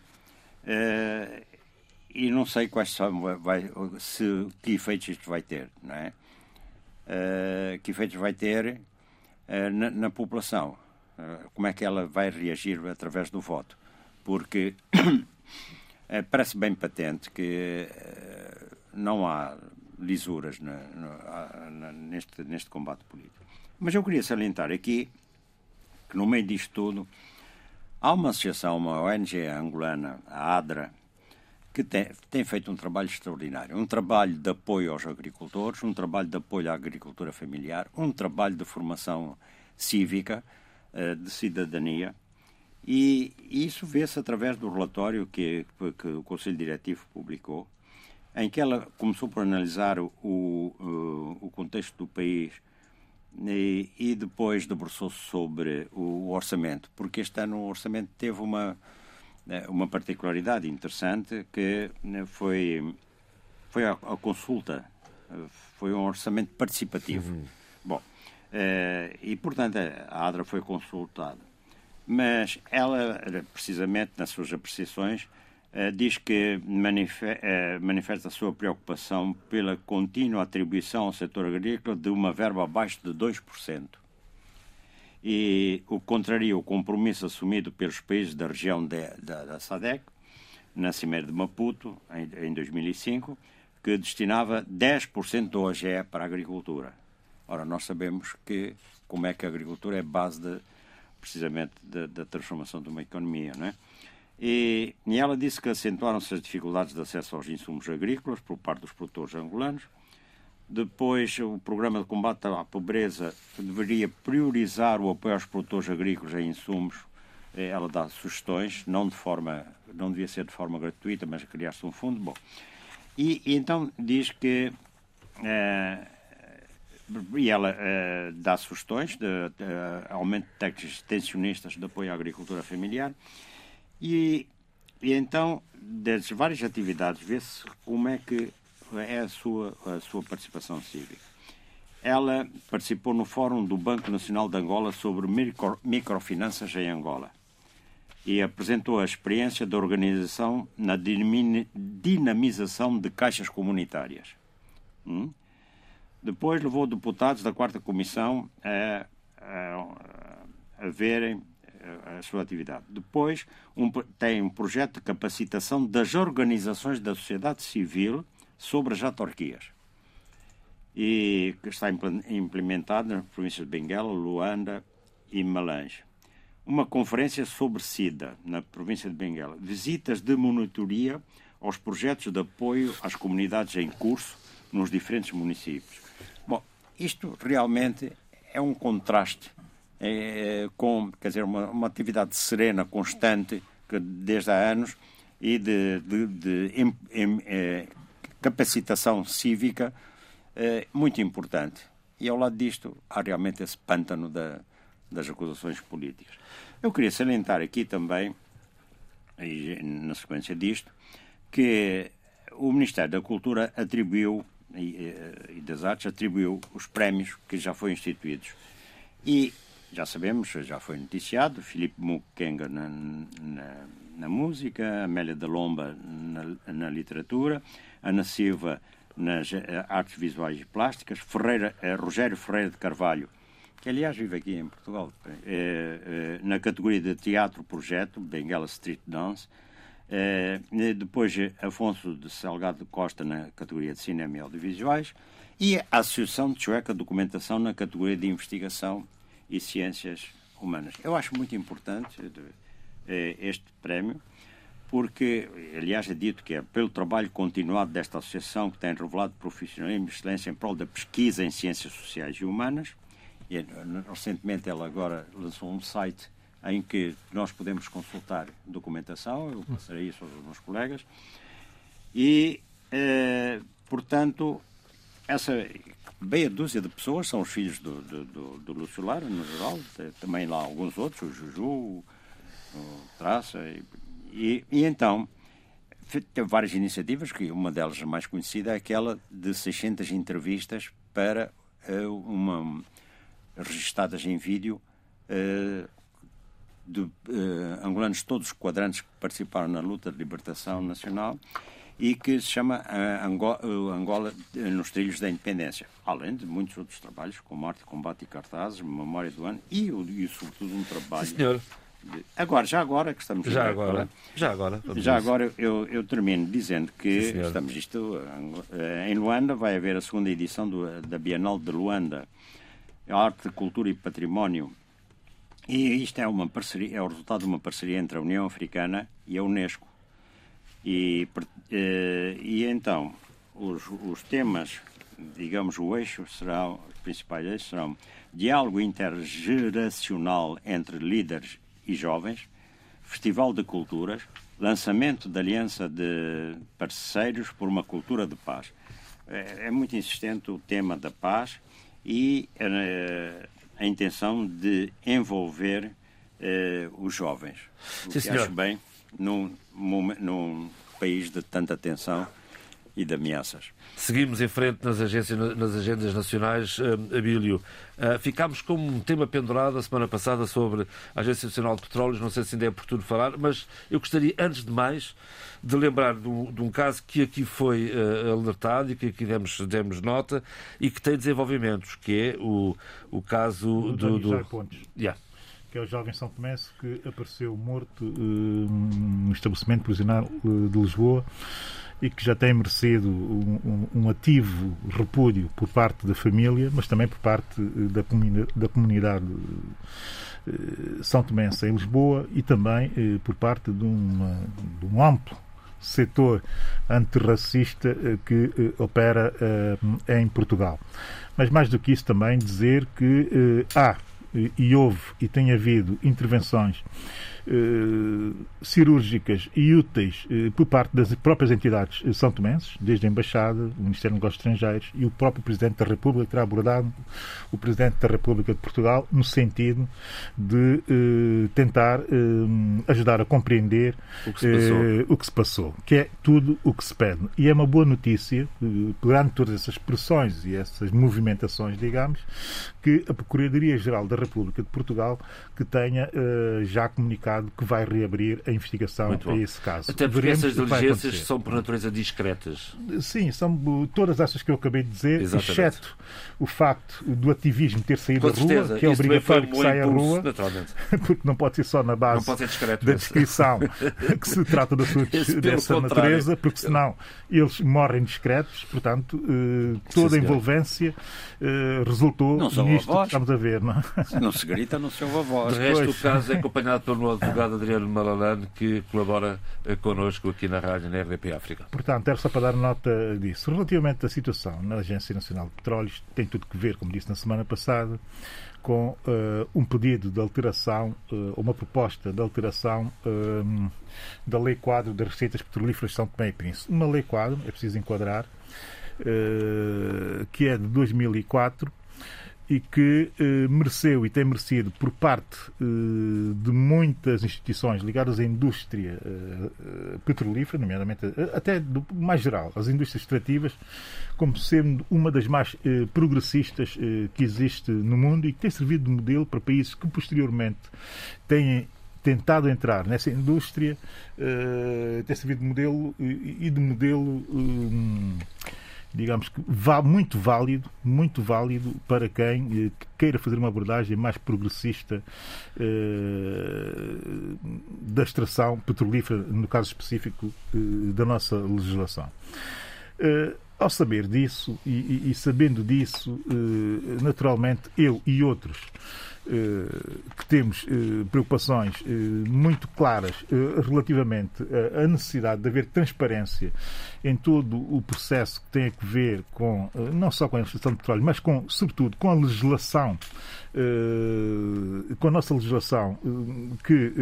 [SPEAKER 7] E não sei quais são, que efeitos isto vai ter, não é? Que efeitos vai ter na população? Como é que ela vai reagir através do voto? Porque parece bem patente que não há lisuras neste combate político. Mas eu queria salientar aqui que no meio disto tudo há uma associação, uma ONG angolana, a ADRA, que tem feito um trabalho extraordinário. Um trabalho de apoio aos agricultores, um trabalho de apoio à agricultura familiar, um trabalho de formação cívica, de cidadania. E isso vê-se através do relatório que o Conselho Diretivo publicou, em que ela começou por analisar o contexto do país e depois debruçou-se sobre o orçamento, porque este ano o orçamento teve uma particularidade interessante, que foi a consulta, foi um orçamento participativo. Bom, e portanto a ADRA foi consultada, mas ela, precisamente nas suas apreciações, diz que manifesta a sua preocupação pela contínua atribuição ao setor agrícola de uma verba abaixo de 2%. E o contraria o compromisso assumido pelos países da região da SADC, na Cimeira de Maputo, em 2005, que destinava 10% do OGE para a agricultura. Ora, nós sabemos como é que a agricultura é base precisamente da transformação de uma economia, não é? E ela disse que acentuaram-se as dificuldades de acesso aos insumos agrícolas por parte dos produtores angolanos. Depois, o programa de combate à pobreza deveria priorizar o apoio aos produtores agrícolas em insumos. Ela dá sugestões, não devia ser de forma gratuita, mas criar-se um fundo. Bom, e então diz que e ela dá sugestões de aumento de taxas tensionistas de apoio à agricultura familiar. E então, das várias atividades, vê-se como é que é a sua participação cívica. ela participou no Fórum do Banco Nacional de Angola sobre microfinanças em Angola e apresentou a experiência da organização na dinamização de caixas comunitárias. Depois levou deputados da 4ª Comissão a verem a sua atividade. Depois tem um projeto de capacitação das organizações da sociedade civil sobre as autarquias e que está implementado nas províncias de Benguela, Luanda e Malange. Uma conferência sobre SIDA na província de Benguela. Visitas de monitoria aos projetos de apoio às comunidades em curso nos diferentes municípios. Bom, isto realmente é um contraste com, quer dizer, uma atividade serena, constante, que desde há anos, e de capacitação cívica muito importante. E ao lado disto há realmente esse pântano das acusações políticas. Eu queria salientar aqui também, na sequência disto, que o Ministério da Cultura atribuiu, e das Artes, atribuiu os prémios que já foram instituídos. E já sabemos, já foi noticiado, Filipe Mukenga na música, Amélia da Lomba na literatura, Ana Silva nas artes visuais e plásticas, Rogério Ferreira de Carvalho, que aliás vive aqui em Portugal, na categoria de Teatro Projeto, Benguela Street Dance, depois Afonso de Salgado Costa na categoria de Cinema e Audiovisuais e a Associação de Sueca Documentação na categoria de Investigação e Ciências Humanas. Eu acho muito importante este prémio, porque, aliás, é dito que é pelo trabalho continuado desta associação que tem revelado profissionalismo e excelência em prol da pesquisa em ciências sociais e humanas. E, recentemente ela agora lançou um site em que nós podemos consultar documentação, eu passarei isso aos meus colegas, e, portanto, essa meia dúzia de pessoas são os filhos do Lúcio Lara, no geral, também lá alguns outros, o Juju, o Traça, e então teve várias iniciativas, que uma delas a mais conhecida é aquela de 600 entrevistas para registadas em vídeo de angolanos, todos os quadrantes que participaram na luta de libertação nacional, e que se chama Angola nos Trilhos da Independência, além de muitos outros trabalhos, como Arte, Combate e Cartazes, Memória do Ano e sobretudo um trabalho...
[SPEAKER 2] Sim, senhor.
[SPEAKER 7] Já agora que estamos... Eu termino dizendo que em Luanda vai haver a segunda edição da Bienal de Luanda, Arte, Cultura e Património, e isto é uma parceria, é o resultado de uma parceria entre a União Africana e a Unesco. E então os temas, digamos, os principais eixos serão diálogo intergeracional entre líderes e jovens, festival de culturas, lançamento da aliança de parceiros por uma cultura de paz. É muito insistente o tema da paz e a intenção de envolver os jovens. O que acho bem num país de tanta tensão e de ameaças.
[SPEAKER 2] Seguimos em frente nas agendas nacionais. Abílio, ficámos com um tema pendurado a semana passada sobre a Agência Nacional de Petróleos, não sei se ainda é oportuno falar, mas eu gostaria, antes de mais, de lembrar de um caso que aqui foi alertado e que aqui demos nota e que tem desenvolvimentos, que é o caso do
[SPEAKER 4] Pontes. Que é o jovem São Tomense que apareceu morto no estabelecimento prisional de Lisboa e que já tem merecido um ativo repúdio por parte da família, mas também por parte da comunidade são tomense em Lisboa e também por parte de um amplo setor antirracista que opera em Portugal. Mas mais do que isso também dizer que houve e tem havido intervenções cirúrgicas e úteis por parte das próprias entidades são-tomenses, desde a Embaixada, o Ministério dos Negócios Estrangeiros e o próprio Presidente da República terá abordado o Presidente da República de Portugal no sentido de tentar ajudar a compreender o que se passou, que é tudo o que se pede. E é uma boa notícia, perante todas essas pressões e essas movimentações, digamos, que a Procuradoria-Geral da República de Portugal que tenha já comunicado que vai reabrir a investigação a esse caso.
[SPEAKER 2] Até porque essas diligências são por natureza discretas.
[SPEAKER 4] Sim, são todas essas que eu acabei de dizer,
[SPEAKER 2] exatamente,
[SPEAKER 4] exceto o facto do ativismo ter saído
[SPEAKER 2] à rua,
[SPEAKER 4] que é obrigatório que saia à rua,
[SPEAKER 2] naturalmente,
[SPEAKER 4] porque não pode ser só na base da descrição que se trata dessa natureza, porque senão eles morrem discretos, portanto, toda a envolvência resultou nisto que estamos a ver. Não?
[SPEAKER 7] Não se grita, não se ouve a voz.
[SPEAKER 2] De resto, o caso é acompanhado pelo advogado Adriano Malalane, que colabora connosco aqui na rádio, na RDP África.
[SPEAKER 4] Portanto, era só para dar nota disso. Relativamente à situação na Agência Nacional de Petróleos, tem tudo que ver, como disse na semana passada, com um pedido de alteração, uma proposta de alteração da Lei Quadro das Receitas Petrolíferas de São Tomé e Príncipe. Uma Lei Quadro, é preciso enquadrar, que é de 2004 e que mereceu e tem merecido por parte de muitas instituições ligadas à indústria petrolífera, nomeadamente até do mais geral, as indústrias extrativas, como sendo uma das mais progressistas que existe no mundo e que tem servido de modelo para países que posteriormente têm tentado entrar nessa indústria, tem servido de modelo e de modelo digamos que muito válido para quem queira fazer uma abordagem mais progressista da extração petrolífera, no caso específico da nossa legislação. Ao saber disso e sabendo disso, naturalmente eu e outros que temos preocupações muito claras relativamente à necessidade de haver transparência em todo o processo que tem a ver com, não só com a extração de petróleo, mas sobretudo com a legislação, com a nossa legislação que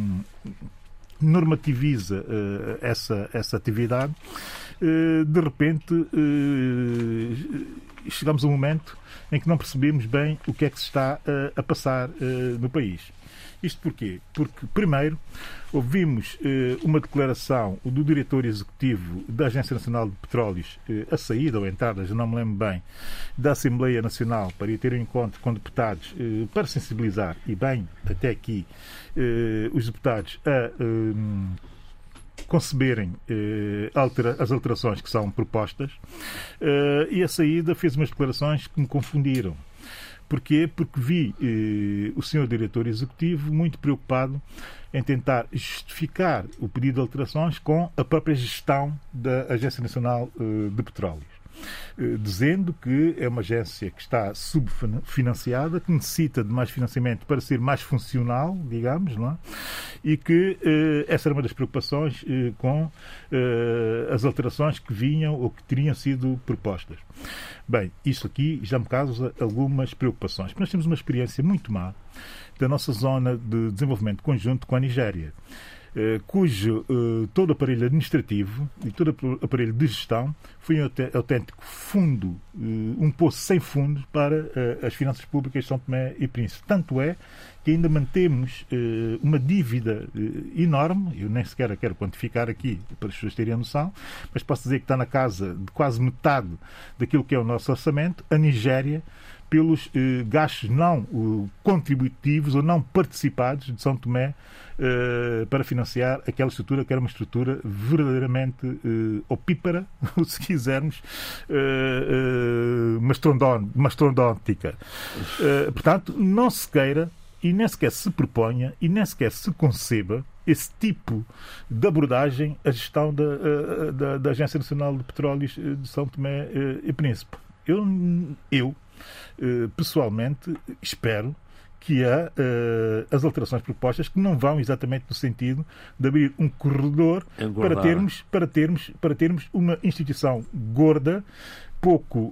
[SPEAKER 4] normativiza essa atividade, de repente chegamos a um momento em que não percebemos bem o que é que se está a passar no país. Isto porquê? Porque, primeiro, ouvimos uma declaração do diretor executivo da Agência Nacional de Petróleos, a saída ou a entrada, já não me lembro bem, da Assembleia Nacional para ir ter um encontro com deputados para sensibilizar, e bem, até aqui, os deputados a conceberem as alterações que são propostas, e a saída fez umas declarações que me confundiram. Porquê? Porque vi o senhor diretor executivo muito preocupado em tentar justificar o pedido de alterações com a própria gestão da Agência Nacional de Petróleos, dizendo que é uma agência que está subfinanciada, que necessita de mais financiamento para ser mais funcional, digamos, não é? E que essa era uma das preocupações com as alterações que vinham ou que teriam sido propostas. Bem, isto aqui já me causa algumas preocupações, porque nós temos uma experiência muito má da nossa zona de desenvolvimento conjunto com a Nigéria, cujo todo o aparelho administrativo e todo o aparelho de gestão foi um autêntico fundo, um poço sem fundo para as finanças públicas de São Tomé e Príncipe. Tanto é que ainda mantemos uma dívida enorme, eu nem sequer a quero quantificar aqui para as pessoas terem a noção, mas posso dizer que está na casa de quase metade daquilo que é o nosso orçamento, a Nigéria, pelos gastos não contributivos ou não participados de São Tomé para financiar aquela estrutura que era uma estrutura verdadeiramente opípara, se quisermos, mastodôntica. Portanto, não se queira e nem sequer se proponha e nem sequer se conceba esse tipo de abordagem à gestão da Agência Nacional de Petróleos de São Tomé e Príncipe. Eu pessoalmente espero que há as alterações propostas que não vão exatamente no sentido de abrir um corredor para termos uma instituição gorda, pouco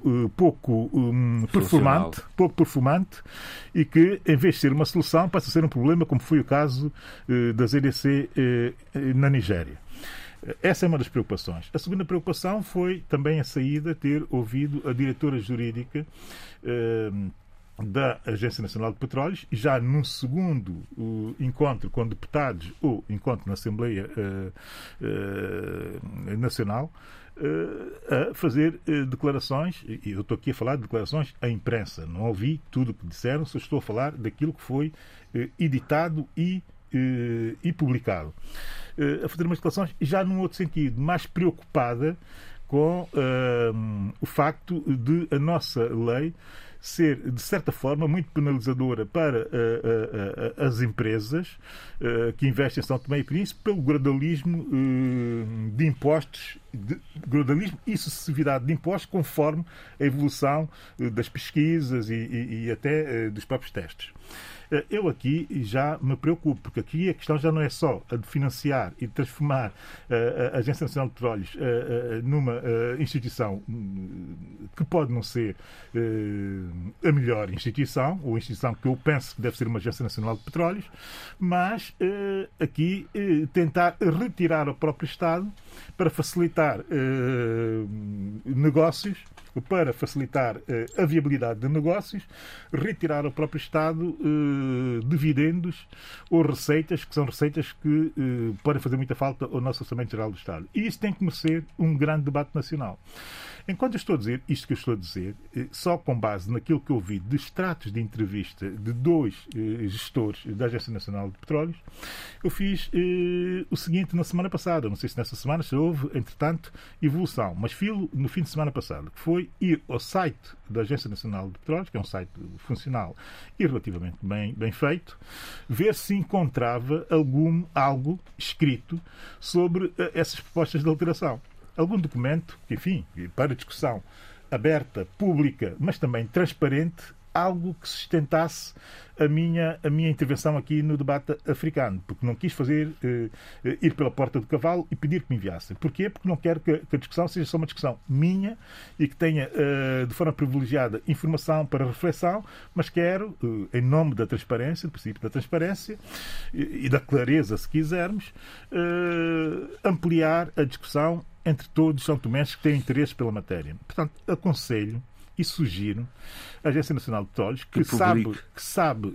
[SPEAKER 4] performante e que, em vez de ser uma solução, passa a ser um problema, como foi o caso da ZDC na Nigéria. Essa é uma das preocupações. A segunda preocupação foi também a saída, ter ouvido a diretora jurídica da Agência Nacional de Petróleos, já num segundo encontro com deputados, ou encontro na Assembleia Nacional, a fazer declarações, e eu estou aqui a falar de declarações à imprensa, não ouvi tudo o que disseram, só estou a falar daquilo que foi editado e publicado. A fazer umas declarações já num outro sentido, mais preocupada com o facto de a nossa lei ser, de certa forma, muito penalizadora para as empresas que investem em São Tomé e Príncipe pelo gradualismo de impostos, gradualismo e sucessividade de impostos conforme a evolução das pesquisas e até dos próprios testes. Eu aqui já me preocupo, porque aqui a questão já não é só a de financiar e de transformar a Agência Nacional de Petróleos numa instituição que pode não ser a melhor instituição, ou a instituição que eu penso que deve ser uma Agência Nacional de Petróleos, mas aqui tentar retirar ao próprio Estado para facilitar negócios, para facilitar a viabilidade de negócios, retirar ao próprio Estado dividendos ou receitas, que são receitas que podem fazer muita falta ao nosso Orçamento Geral do Estado. E isso tem que merecer um grande debate nacional. Enquanto eu estou a dizer isto que eu estou a dizer, só com base naquilo que eu vi de extratos de entrevista de 2 gestores da Agência Nacional de Petróleos, eu fiz o seguinte na semana passada. Não sei se nessa semana se houve, entretanto, evolução, mas filo no fim de semana passado, que foi ir ao site da Agência Nacional de Petróleos, que é um site funcional e relativamente bem feito, ver se encontrava algo escrito sobre essas propostas de alteração. Algum documento, que, enfim, para discussão aberta, pública, mas também transparente, algo que sustentasse a minha intervenção aqui no debate africano, porque não quis ir pela porta do cavalo e pedir que me enviassem. Porquê? Porque não quero que a discussão seja só uma discussão minha e que tenha, de forma privilegiada, informação para reflexão, mas quero, em nome da transparência, do princípio da transparência e da clareza, se quisermos, ampliar a discussão entre todos os são-tomenses que têm interesse pela matéria. Portanto, aconselho e sugiro a Agência Nacional de Petróleos, que sabe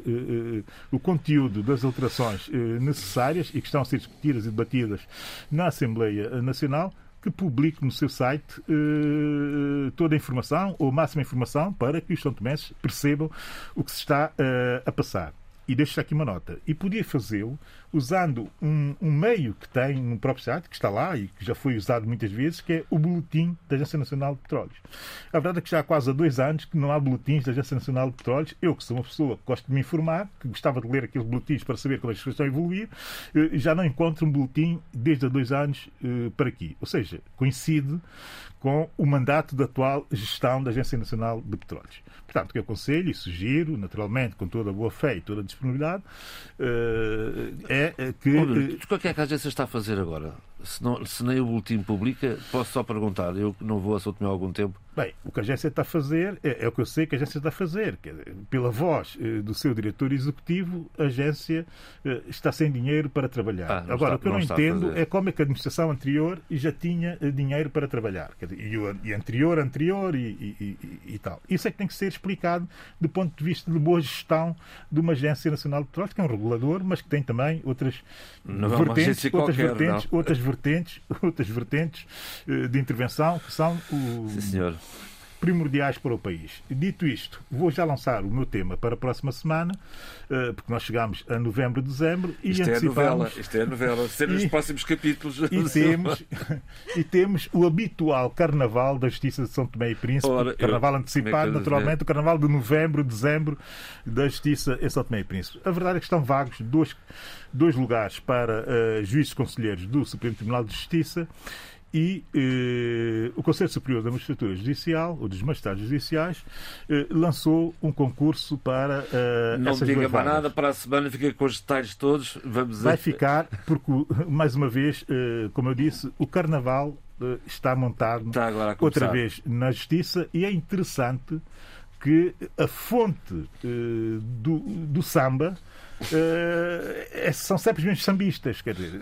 [SPEAKER 4] o conteúdo das alterações necessárias e que estão a ser discutidas e debatidas na Assembleia Nacional, que publique no seu site toda a informação, ou a máxima informação, para que os são-tomenses percebam o que se está a passar. E deixo aqui uma nota. E podia fazê-lo usando um meio que tem no próprio site, que está lá e que já foi usado muitas vezes, que é o boletim da Agência Nacional de Petróleos. A verdade é que já há quase 2 anos que não há boletins da Agência Nacional de Petróleos. Eu, que sou uma pessoa que gosto de me informar, que gostava de ler aqueles boletins para saber como as coisas estão a evoluir, já não encontro um boletim desde há 2 anos para aqui. Ou seja, coincide com o mandato da atual gestão da Agência Nacional de Petróleos. Portanto, o que eu aconselho e sugiro, naturalmente, com toda a boa fé e toda a disponibilidade, é que...
[SPEAKER 2] O que é que a agência está a fazer agora? Se nem o boletim publica, posso só perguntar, eu não vou a São Tomé há algum tempo.
[SPEAKER 4] Bem, o que a agência está a fazer é o que eu sei que a agência está a fazer. Pela voz do seu diretor executivo, a agência está sem dinheiro para trabalhar. Agora, o que eu não entendo é como é que a administração anterior já tinha dinheiro para trabalhar. E anterior e tal. Isso é que tem que ser explicado do ponto de vista de boa gestão de uma Agência Nacional de Petróleos, que é um regulador, mas que tem também outras vertentes de intervenção que são primordiais para o país. Dito isto, vou já lançar o meu tema para a próxima semana, porque nós chegamos a novembro, dezembro e antecipamos...
[SPEAKER 2] Isto é a novela. Ser os próximos capítulos.
[SPEAKER 4] E temos o habitual Carnaval da Justiça de São Tomé e Príncipe. Carnaval antecipado, naturalmente, o Carnaval de novembro, dezembro da Justiça em São Tomé e Príncipe. A verdade é que estão vagos dois lugares para juízes conselheiros do Supremo Tribunal de Justiça e o Conselho Superior da Magistratura Judicial, ou dos Magistrados Judiciais, lançou um concurso para
[SPEAKER 2] não
[SPEAKER 4] essas
[SPEAKER 2] diga
[SPEAKER 4] duas
[SPEAKER 2] mais
[SPEAKER 4] vagas.
[SPEAKER 2] nada, para a semana fica com os detalhes todos.
[SPEAKER 4] Vai ficar, porque, mais uma vez, como eu disse, o Carnaval está montado outra vez na Justiça, e é interessante que a fonte do samba são sempre os mesmos sambistas. Quer dizer,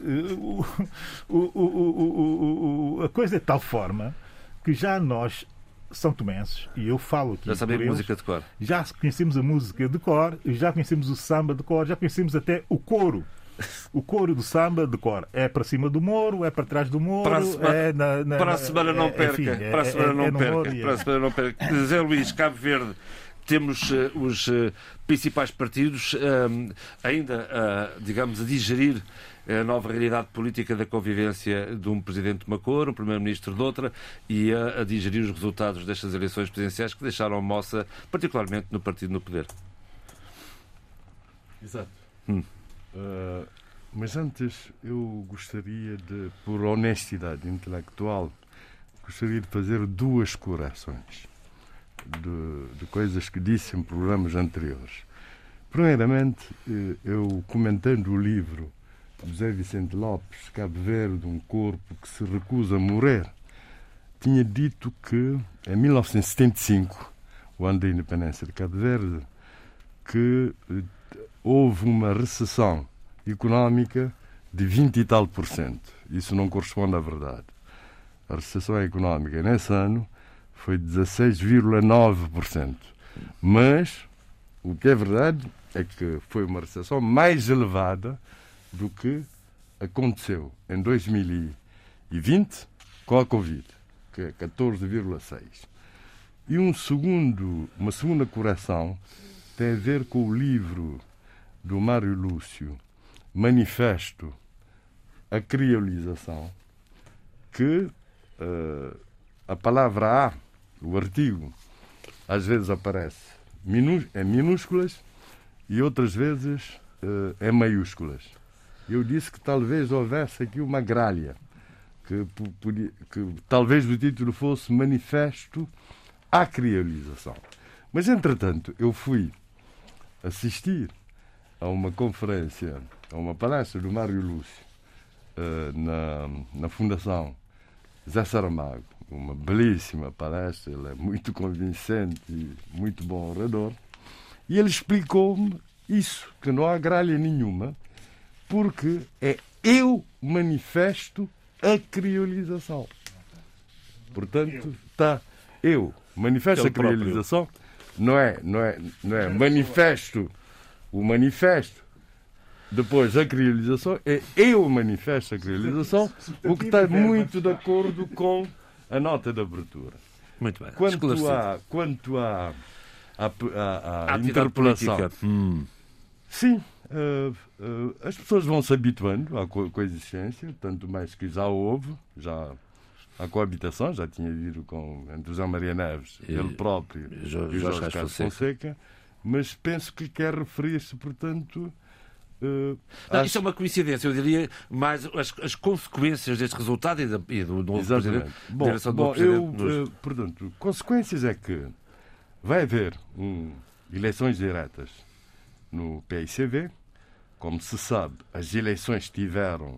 [SPEAKER 4] a coisa é de tal forma que já nós, são tomenses, e eu falo aqui,
[SPEAKER 2] já sabemos música de cor,
[SPEAKER 4] já conhecemos a música de cor, já conhecemos o samba de cor, já conhecemos até o coro. O coro do samba de cor é para cima do Moro, é para trás do Moro.
[SPEAKER 2] Para a semana não perca. Para a semana não perca. Zé Luís, Cabo Verde, temos os principais partidos ainda, digamos, a digerir a nova realidade política da convivência de um presidente de uma cor, um primeiro-ministro de outra, e a digerir os resultados destas eleições presidenciais que deixaram a moça, particularmente no partido no poder.
[SPEAKER 6] Exato. Mas antes eu gostaria de, por honestidade intelectual, gostaria de fazer duas correções de coisas que disse em programas anteriores. Primeiramente, eu comentando o livro de José Vicente Lopes, Cabo Verde, um corpo que se recusa a morrer, tinha dito que em 1975, o ano da independência de Cabo Verde, que houve uma recessão económica de 20 e tal %. Isso não corresponde à verdade. A recessão económica nesse ano foi 16,9%. Mas o que é verdade é que foi uma recessão mais elevada do que aconteceu em 2020 com a Covid, que é 14,6%. E uma segunda correção tem a ver com o livro do Mário Lúcio, Manifesto a Criolização, que a palavra A, o artigo, às vezes aparece em minúsculas e outras vezes em maiúsculas. Eu disse que talvez houvesse aqui uma gralha, que talvez o título fosse Manifesto à Criolização. Mas, entretanto, eu fui assistir a uma conferência, a uma palestra do Mário Lúcio na Fundação Zé Saramago, uma belíssima palestra, ele é muito convincente e muito bom orador, e ele explicou-me isso, que não há gralha nenhuma, porque eu manifesto a criolização. Portanto, está eu manifesto a criolização, não é manifesto o manifesto, depois a criolização, é eu manifesto a criolização, o que está muito de acordo com a nota de abertura.
[SPEAKER 2] Muito bem.
[SPEAKER 6] Quanto à interpelação, sim, as pessoas vão se habituando à coexistência, tanto mais que já houve, a coabitação, já tinha havido entre João Maria Neves, ele próprio e Jorge Carlos Fonseca, mas penso que quer referir-se, portanto...
[SPEAKER 2] Isso é uma coincidência, eu diria, mais as consequências deste resultado e do novo presidente.
[SPEAKER 6] Portanto, consequências é que vai haver eleições diretas no PICV. Como se sabe, as eleições tiveram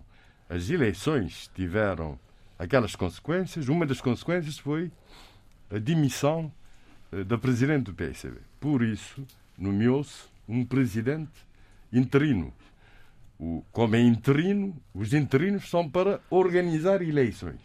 [SPEAKER 6] aquelas consequências. Uma das consequências foi a demissão da presidente do PICV. Por isso, nomeou-se um presidente interino. Como é interino, os interinos são para organizar eleições.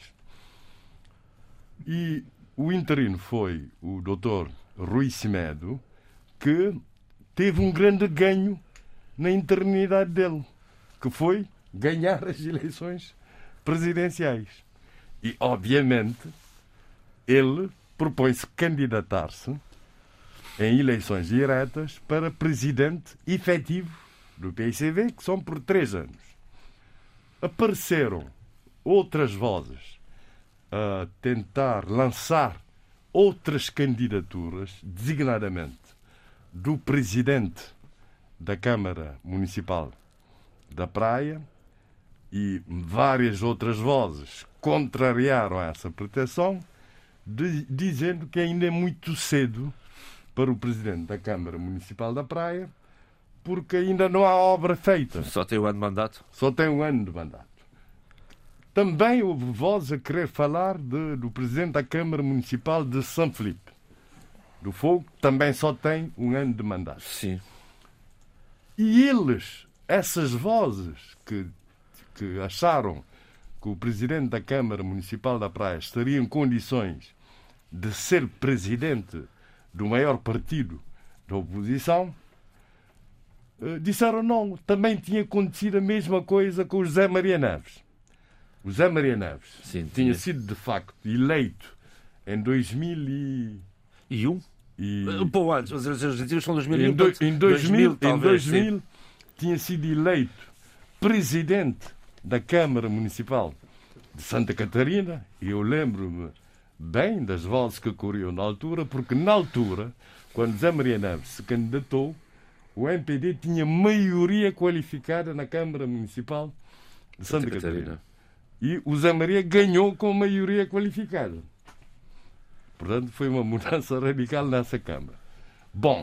[SPEAKER 6] E o interino foi o Dr. Rui Semedo, que teve um grande ganho na interinidade dele, que foi ganhar as eleições presidenciais. E, obviamente, ele propõe-se candidatar-se em eleições diretas para presidente efetivo do PICV, que são por 3 anos. Apareceram outras vozes a tentar lançar outras candidaturas, designadamente do presidente da Câmara Municipal da Praia,
[SPEAKER 9] e várias outras vozes contrariaram essa proteção, dizendo que ainda é muito cedo para o Presidente da Câmara Municipal da Praia, porque ainda não há obra feita.
[SPEAKER 2] Só tem um ano de mandato?
[SPEAKER 9] Só tem um ano de mandato. Também houve vozes a querer falar do Presidente da Câmara Municipal de São Felipe do Fogo, que também só tem um ano de mandato.
[SPEAKER 2] Sim.
[SPEAKER 9] E essas vozes que acharam que o Presidente da Câmara Municipal da Praia estaria em condições de ser presidente do maior partido da oposição, disseram não. Também tinha acontecido a mesma coisa com o José Maria Neves. O José Maria Neves tinha sido, de facto, eleito em 2001.
[SPEAKER 2] Pouco antes, as eleições legislativas são 2001.
[SPEAKER 9] Em 2000 tinha sido eleito presidente da Câmara Municipal de Santa Catarina, e eu lembro-me bem das vozes que corriam na altura, porque na altura, quando José Maria Neves se candidatou, o MPD tinha maioria qualificada na Câmara Municipal de Santa Catarina. E o José Maria ganhou com maioria qualificada. Portanto, foi uma mudança radical nessa Câmara. Bom,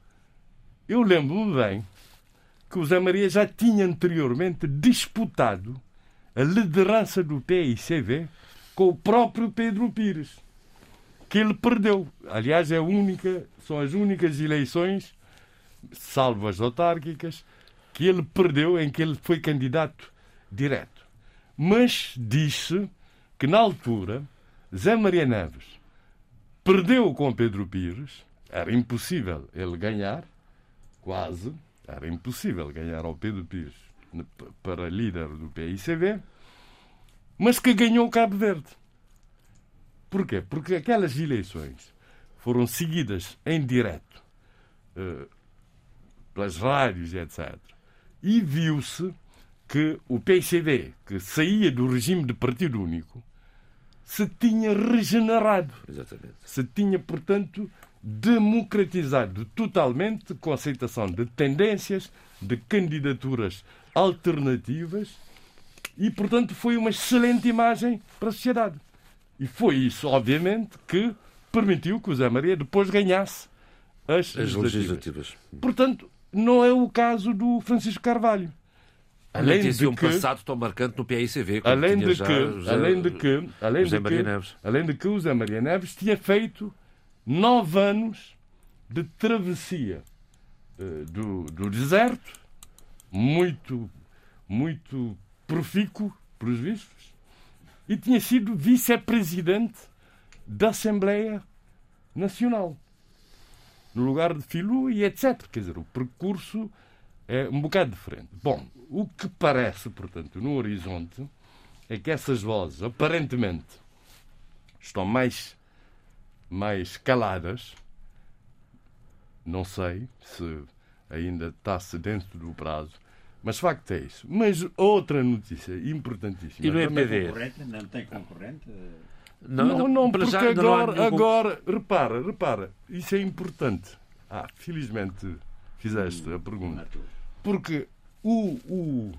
[SPEAKER 9] eu lembro-me bem que o José Maria já tinha anteriormente disputado a liderança do PICV com o próprio Pedro Pires, que ele perdeu. Aliás, são as únicas eleições, salvo as autárquicas, que ele perdeu, em que ele foi candidato direto. Mas disse que, na altura, José Maria Neves perdeu com Pedro Pires, era impossível ele ganhar, quase, era impossível ganhar ao Pedro Pires para líder do PICV, mas que ganhou Cabo Verde. Porquê? Porque aquelas eleições foram seguidas em direto pelas rádios, etc. E viu-se que o PICV, que saía do regime de partido único, se tinha regenerado.
[SPEAKER 2] Exatamente.
[SPEAKER 9] Se tinha, portanto, democratizado totalmente, com a aceitação de tendências, de candidaturas alternativas, e, portanto, foi uma excelente imagem para a sociedade. E foi isso, obviamente, que permitiu que o José Maria depois ganhasse as legislativas. Portanto, não é o caso do Francisco Carvalho.
[SPEAKER 2] Além de um passado tão marcante no PICV,
[SPEAKER 9] além de que o José Maria Neves tinha feito 9 anos de travessia do deserto, muito profícuo, pelos vistos, e tinha sido vice-presidente da Assembleia Nacional, no lugar de Filho e etc. Quer dizer, o percurso é um bocado diferente. Bom, o que parece, portanto, no horizonte é que essas vozes, aparentemente, estão mais caladas. Não sei se ainda está-se dentro do prazo, mas de facto é isso. Mas outra notícia importantíssima.
[SPEAKER 2] E no MPD?
[SPEAKER 7] Não tem concorrente?
[SPEAKER 9] Não, porque agora repara, isso é importante. Felizmente fizeste a pergunta. Porque o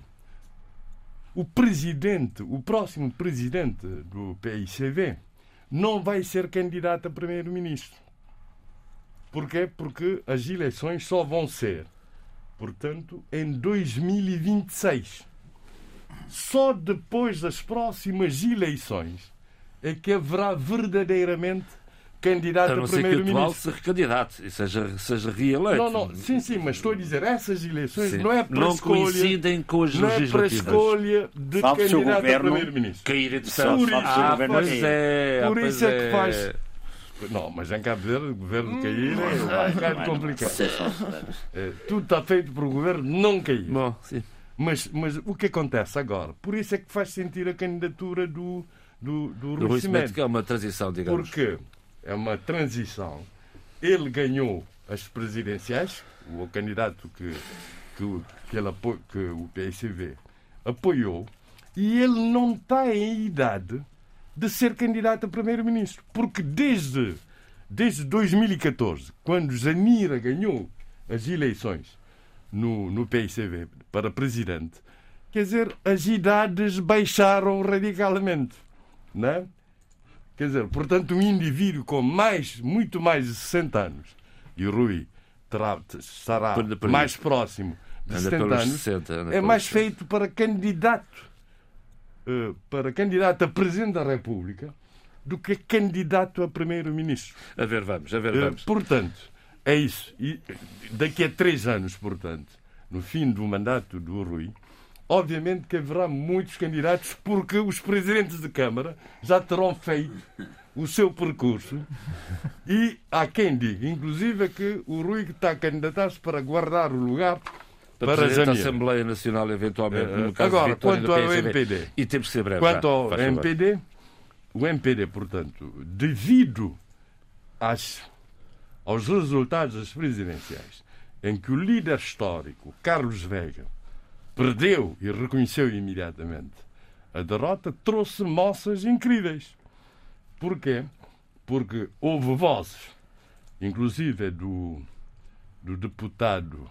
[SPEAKER 9] próximo presidente do PICV não vai ser candidato a primeiro-ministro. Porquê? Porque as eleições só vão ser, portanto, em 2026. Só depois das próximas eleições é que haverá verdadeiramente candidato a primeiro-ministro.
[SPEAKER 2] A não ser que o atual se recandidate e seja reeleito.
[SPEAKER 9] Não, sim, mas estou a dizer, essas eleições não é para
[SPEAKER 2] não
[SPEAKER 9] escolha...
[SPEAKER 2] coincidem com as legislativas.
[SPEAKER 9] Não é para escolha de candidato a primeiro-ministro.
[SPEAKER 2] Cair de
[SPEAKER 9] Por isso é que faz... Não, mas em Cabo Verde, o governo cair é um bocado complicado. Tudo está feito para o governo não cair.
[SPEAKER 2] Bom, sim.
[SPEAKER 9] Mas o que acontece agora? Por isso é que faz sentir a candidatura do
[SPEAKER 2] Rui Cimento, que é uma transição, digamos.
[SPEAKER 9] Porque é uma transição. Ele ganhou as presidenciais, o candidato que o PICV apoiou, e ele não está em idade de ser candidato a primeiro-ministro. Porque desde 2014, quando Janira ganhou as eleições no PICV para presidente,
[SPEAKER 8] quer dizer, as idades baixaram radicalmente, não é? Quer dizer, portanto, um indivíduo com muito mais de 60 anos, e o Rui estará mais próximo de 70 anos, é mais feito para candidato a Presidente da República do que candidato a Primeiro-Ministro.
[SPEAKER 2] A ver, vamos.
[SPEAKER 8] Portanto, é isso. E daqui a 3 anos, portanto, no fim do mandato do Rui, obviamente que haverá muitos candidatos, porque os presidentes de Câmara já terão feito o seu percurso, e há quem diga, inclusive, que o Rui está a candidatar-se para guardar o lugar para
[SPEAKER 2] Presidente da Assembleia Nacional, eventualmente, no caso
[SPEAKER 8] agora,
[SPEAKER 2] de Vitória
[SPEAKER 8] quanto ao MPD.
[SPEAKER 2] E temos que ser breve.
[SPEAKER 8] Quanto ao MPD, o MPD, portanto, devido aos resultados das presidenciais, em que o líder histórico, Carlos Veiga, perdeu e reconheceu imediatamente a derrota, trouxe moças incríveis. Porquê? Porque houve vozes, inclusive do deputado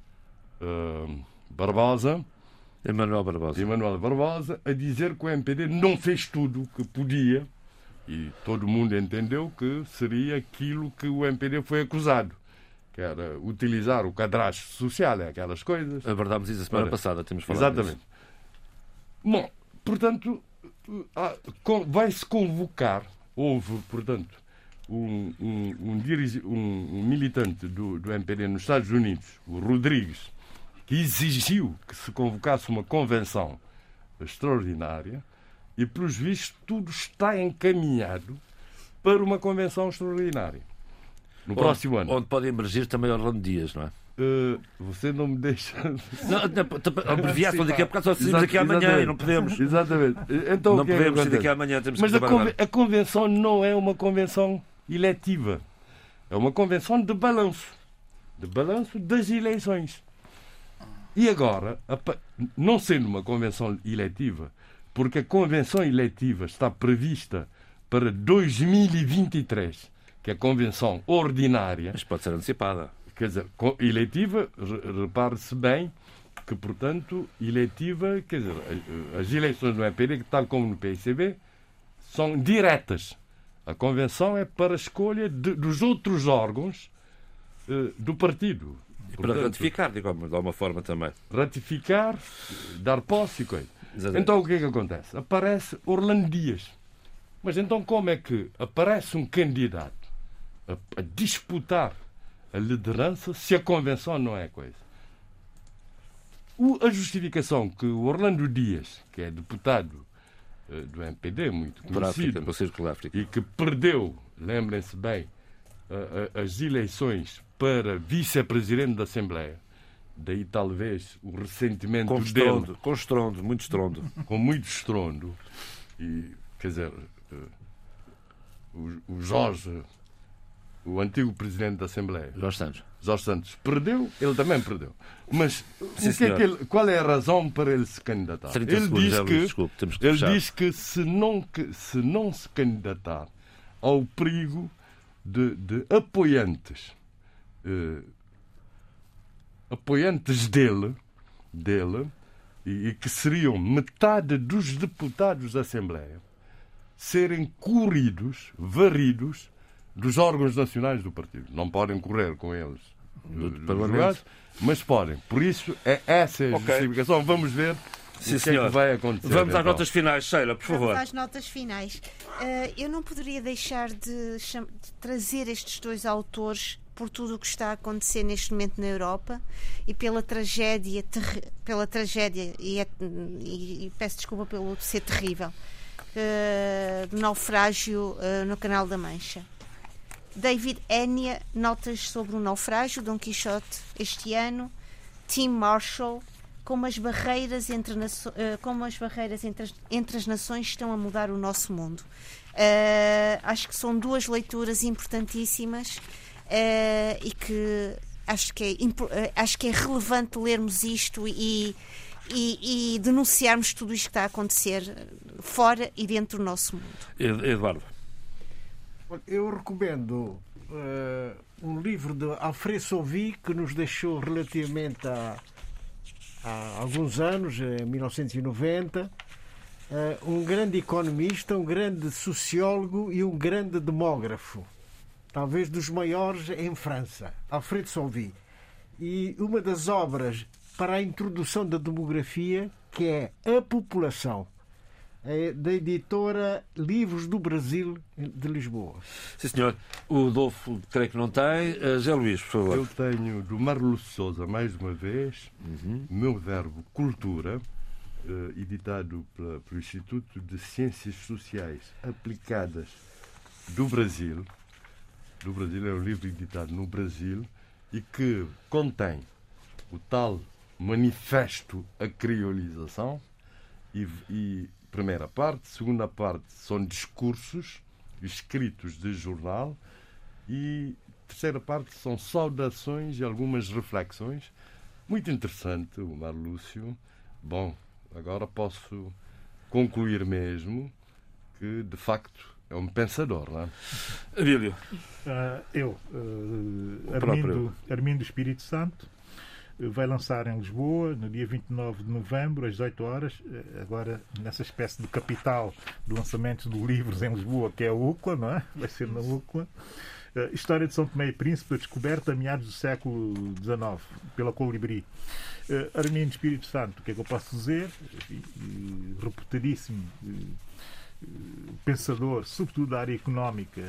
[SPEAKER 2] Emanuel
[SPEAKER 8] Barbosa, a dizer que o MPD não fez tudo o que podia, e todo mundo entendeu que seria aquilo que o MPD foi acusado, que era utilizar o cadastro social, aquelas coisas.
[SPEAKER 2] Abordámos isso a semana passada, temos falado
[SPEAKER 8] exatamente disso. Bom, portanto, vai-se convocar, houve, portanto, um militante do MPD nos Estados Unidos, o Rodrigues, que exigiu que se convocasse uma convenção extraordinária, e, pelos vistos, tudo está encaminhado para uma convenção extraordinária no próximo ano.
[SPEAKER 2] Onde pode emergir também Orlando Dias, não é?
[SPEAKER 8] Você não me deixa...
[SPEAKER 2] Abreviar, daqui a bocado só decidimos daqui amanhã e não podemos.
[SPEAKER 8] Exatamente. Então,
[SPEAKER 2] não podemos decidir daqui a amanhã, temos
[SPEAKER 8] Mas
[SPEAKER 2] que
[SPEAKER 8] a convenção não é uma convenção eletiva. É uma convenção de balanço das eleições. E agora, não sendo uma convenção eletiva, porque a convenção eletiva está prevista para 2023, que é a convenção ordinária.
[SPEAKER 2] Mas pode ser antecipada.
[SPEAKER 8] Quer dizer, eleitiva, repare-se bem que, portanto, eleitiva, quer dizer, as eleições no MPD, tal como no PICB, são diretas. A convenção é para a escolha dos outros órgãos do partido.
[SPEAKER 2] E para ratificar, de alguma forma também.
[SPEAKER 8] Ratificar, dar posse e coisa.
[SPEAKER 2] Exatamente.
[SPEAKER 8] Então o que é que acontece? Aparece Orlando Dias. Mas então como é que aparece um candidato a disputar a liderança se a convenção não é coisa? A justificação que o Orlando Dias, que é deputado do MPD, muito conhecido, e que perdeu, lembrem-se bem, as eleições para vice-presidente da Assembleia, daí talvez o ressentimento dele.
[SPEAKER 2] Com estrondo, muito estrondo.
[SPEAKER 8] Com muito estrondo. E, quer dizer, o Jorge, o antigo presidente da Assembleia, Jorge Santos, perdeu, ele também perdeu. Mas qual é a razão para ele se candidatar? Ele diz que se não se candidatar ao perigo de apoiantes dele e que seriam metade dos deputados da Assembleia, serem varridos dos órgãos nacionais do partido. Não podem correr com eles do Parlamento, mas podem. Por isso, é essa a justificação. Vamos ver o que é que vai acontecer.
[SPEAKER 2] Vamos às notas finais, Sheila, por favor.
[SPEAKER 5] Vamos às notas finais. Eu não poderia deixar de trazer estes dois autores por tudo o que está a acontecer neste momento na Europa e pela tragédia e peço desculpa pelo ser terrível, do naufrágio no Canal da Mancha. David Enya, notas sobre o naufrágio, Dom Quixote este ano. Tim Marshall, como as barreiras entre as nações estão a mudar o nosso mundo. Acho que são duas leituras importantíssimas e que acho que é relevante lermos isto e denunciarmos tudo isto que está a acontecer fora e dentro do nosso mundo.
[SPEAKER 2] Eduardo.
[SPEAKER 3] Eu recomendo um livro de Alfred Sauvy, que nos deixou relativamente há alguns anos, em 1990, um grande economista, um grande sociólogo e um grande demógrafo, talvez dos maiores em França, Alfred Sauvy. E uma das obras para a introdução da demografia, que é A População, da editora Livros do Brasil, de Lisboa.
[SPEAKER 2] Sim, senhor. O Adolfo, creio que não tem. José Luís, por favor.
[SPEAKER 8] Eu tenho do Marluce Souza, mais uma vez, Meu Verbo Cultura, editado pelo Instituto de Ciências Sociais Aplicadas do Brasil. Do Brasil, é um livro editado no Brasil e que contém o tal Manifesto à Criolização e primeira parte, segunda parte são discursos escritos de jornal e terceira parte são saudações e algumas reflexões. Muito interessante, o Marlúcio. Bom, agora posso concluir mesmo que, de facto, é um pensador, não é?
[SPEAKER 2] Abílio.
[SPEAKER 4] Armindo Espírito Santo, vai lançar em Lisboa no dia 29 de novembro, às 18 horas, agora nessa espécie de capital de lançamentos de livros em Lisboa, que é a UCLA, não é? Vai ser na UCLA. História de São Tomé e Príncipe, descoberta a meados do século XIX, pela Colibri. Armindo Espírito Santo, o que é que eu posso dizer? Reputadíssimo pensador, sobretudo da área económica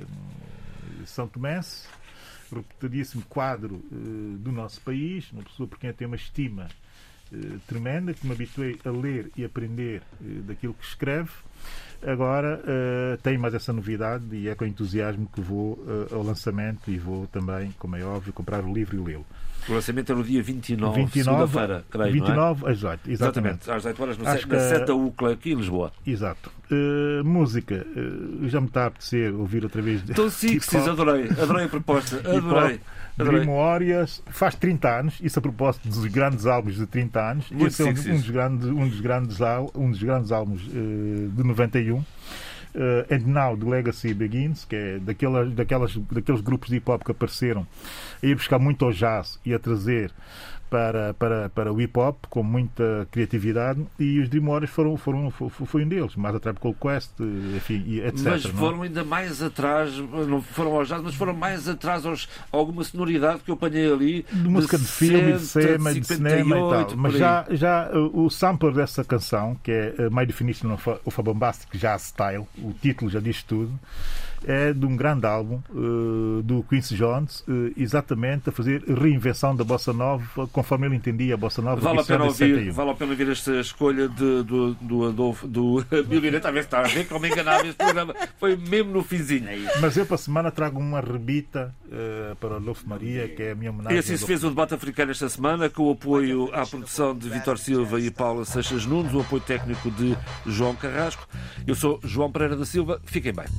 [SPEAKER 4] são tomense, reputadíssimo quadro do nosso país, uma pessoa por quem eu tenho uma estima tremenda, que me habituei a ler e aprender daquilo que escreve. Agora tenho mais essa novidade e é com entusiasmo que vou ao lançamento e vou também, como é óbvio, comprar o livro e lê-lo.
[SPEAKER 2] O lançamento é no dia 29, segunda-feira, creio,
[SPEAKER 4] 29
[SPEAKER 2] não é?
[SPEAKER 4] às 18, exatamente.
[SPEAKER 2] Às 18 horas, na sede da UCLA, aqui em Lisboa.
[SPEAKER 4] Exato. Música, já me está a apetecer ouvir outra vez.
[SPEAKER 2] Então sim, adorei a proposta, adorei.
[SPEAKER 4] Dream Warriors, faz 30 anos, isso a propósito dos grandes álbuns de 30 anos. Esse é um dos grandes álbuns de 91. And Now The Legacy Begins, que é daqueles grupos de hip-hop que apareceram a ir buscar muito ao jazz e a trazer para o hip-hop com muita criatividade, e os Dream Warriors foi um deles, mais atrás do Cold Quest, enfim, e etc.
[SPEAKER 2] Mas foram ainda mais atrás, não foram ao jazz, mas foram mais atrás a alguma sonoridade que eu apanhei ali
[SPEAKER 4] de música de filme, de cinema e tal. Mas já o sampler dessa canção, que é My Definition of a Bombastic Jazz Style, o título já diz tudo, é de um grande álbum do Quincy Jones, exatamente a fazer reinvenção da Bossa Nova conforme ele entendia a Bossa Nova.
[SPEAKER 2] Vale a pena ouvir esta escolha do Adolfo, do Abílio. Está a ver como enganava este programa. Foi mesmo no finzinho.
[SPEAKER 4] Mas eu para a semana trago uma rebita para o Adolfo Maria, que é a minha homenagem.
[SPEAKER 2] E assim se fez o debate africano esta semana, com o apoio à produção de Vítor Silva e Paula Seixas Nunes, o apoio técnico de João Carrasco. Eu sou João Pereira da Silva. Fiquem bem.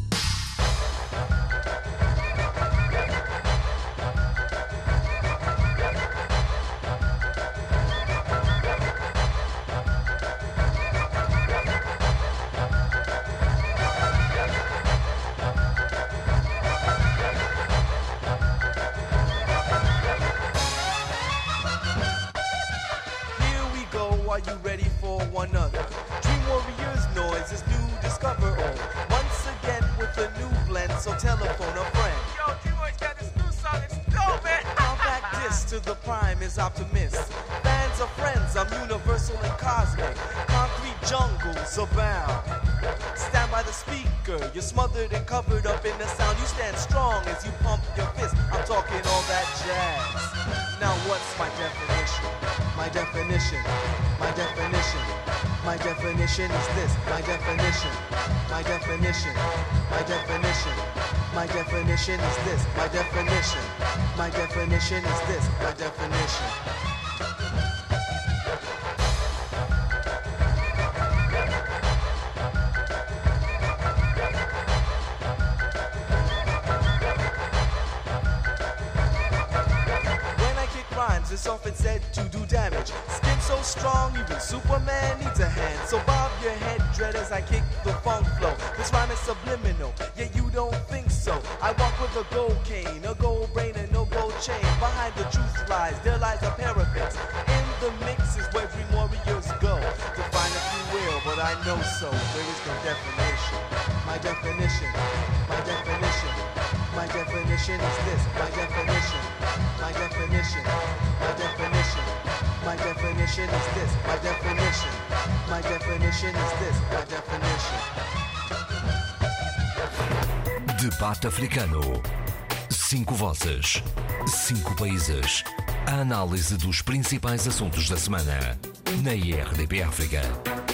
[SPEAKER 10] Optimist. Fans of friends, I'm universal and cosmic. Concrete jungles abound. Stand by the speaker, you're smothered and covered up in the sound. You stand strong as you pump your fist. I'm talking all that jazz. Now what's my definition? My definition. My definition. My definition is this. My definition. My definition. My definition. My definition is this. My definition. My definition is this. My definition. When I kick rhymes, it's often said to do damage. Skin so strong, even Superman needs a hand. So bob your head, dread, as I kick the funk flow. This rhyme is subliminal, yet you don't think so. I walk with a gold cane, a gold brain, and no gold chain. Behind the truth lies, there lies a parapet. In the mix is I know so. There is no definition. My definition, my definition, my definition is this. My definition, my definition, my definition, my definition is this. My definition, my definition is this. My definition.
[SPEAKER 1] Debate Africano. 5 vozes, 5 países. A análise dos principais assuntos da semana na IRDP África.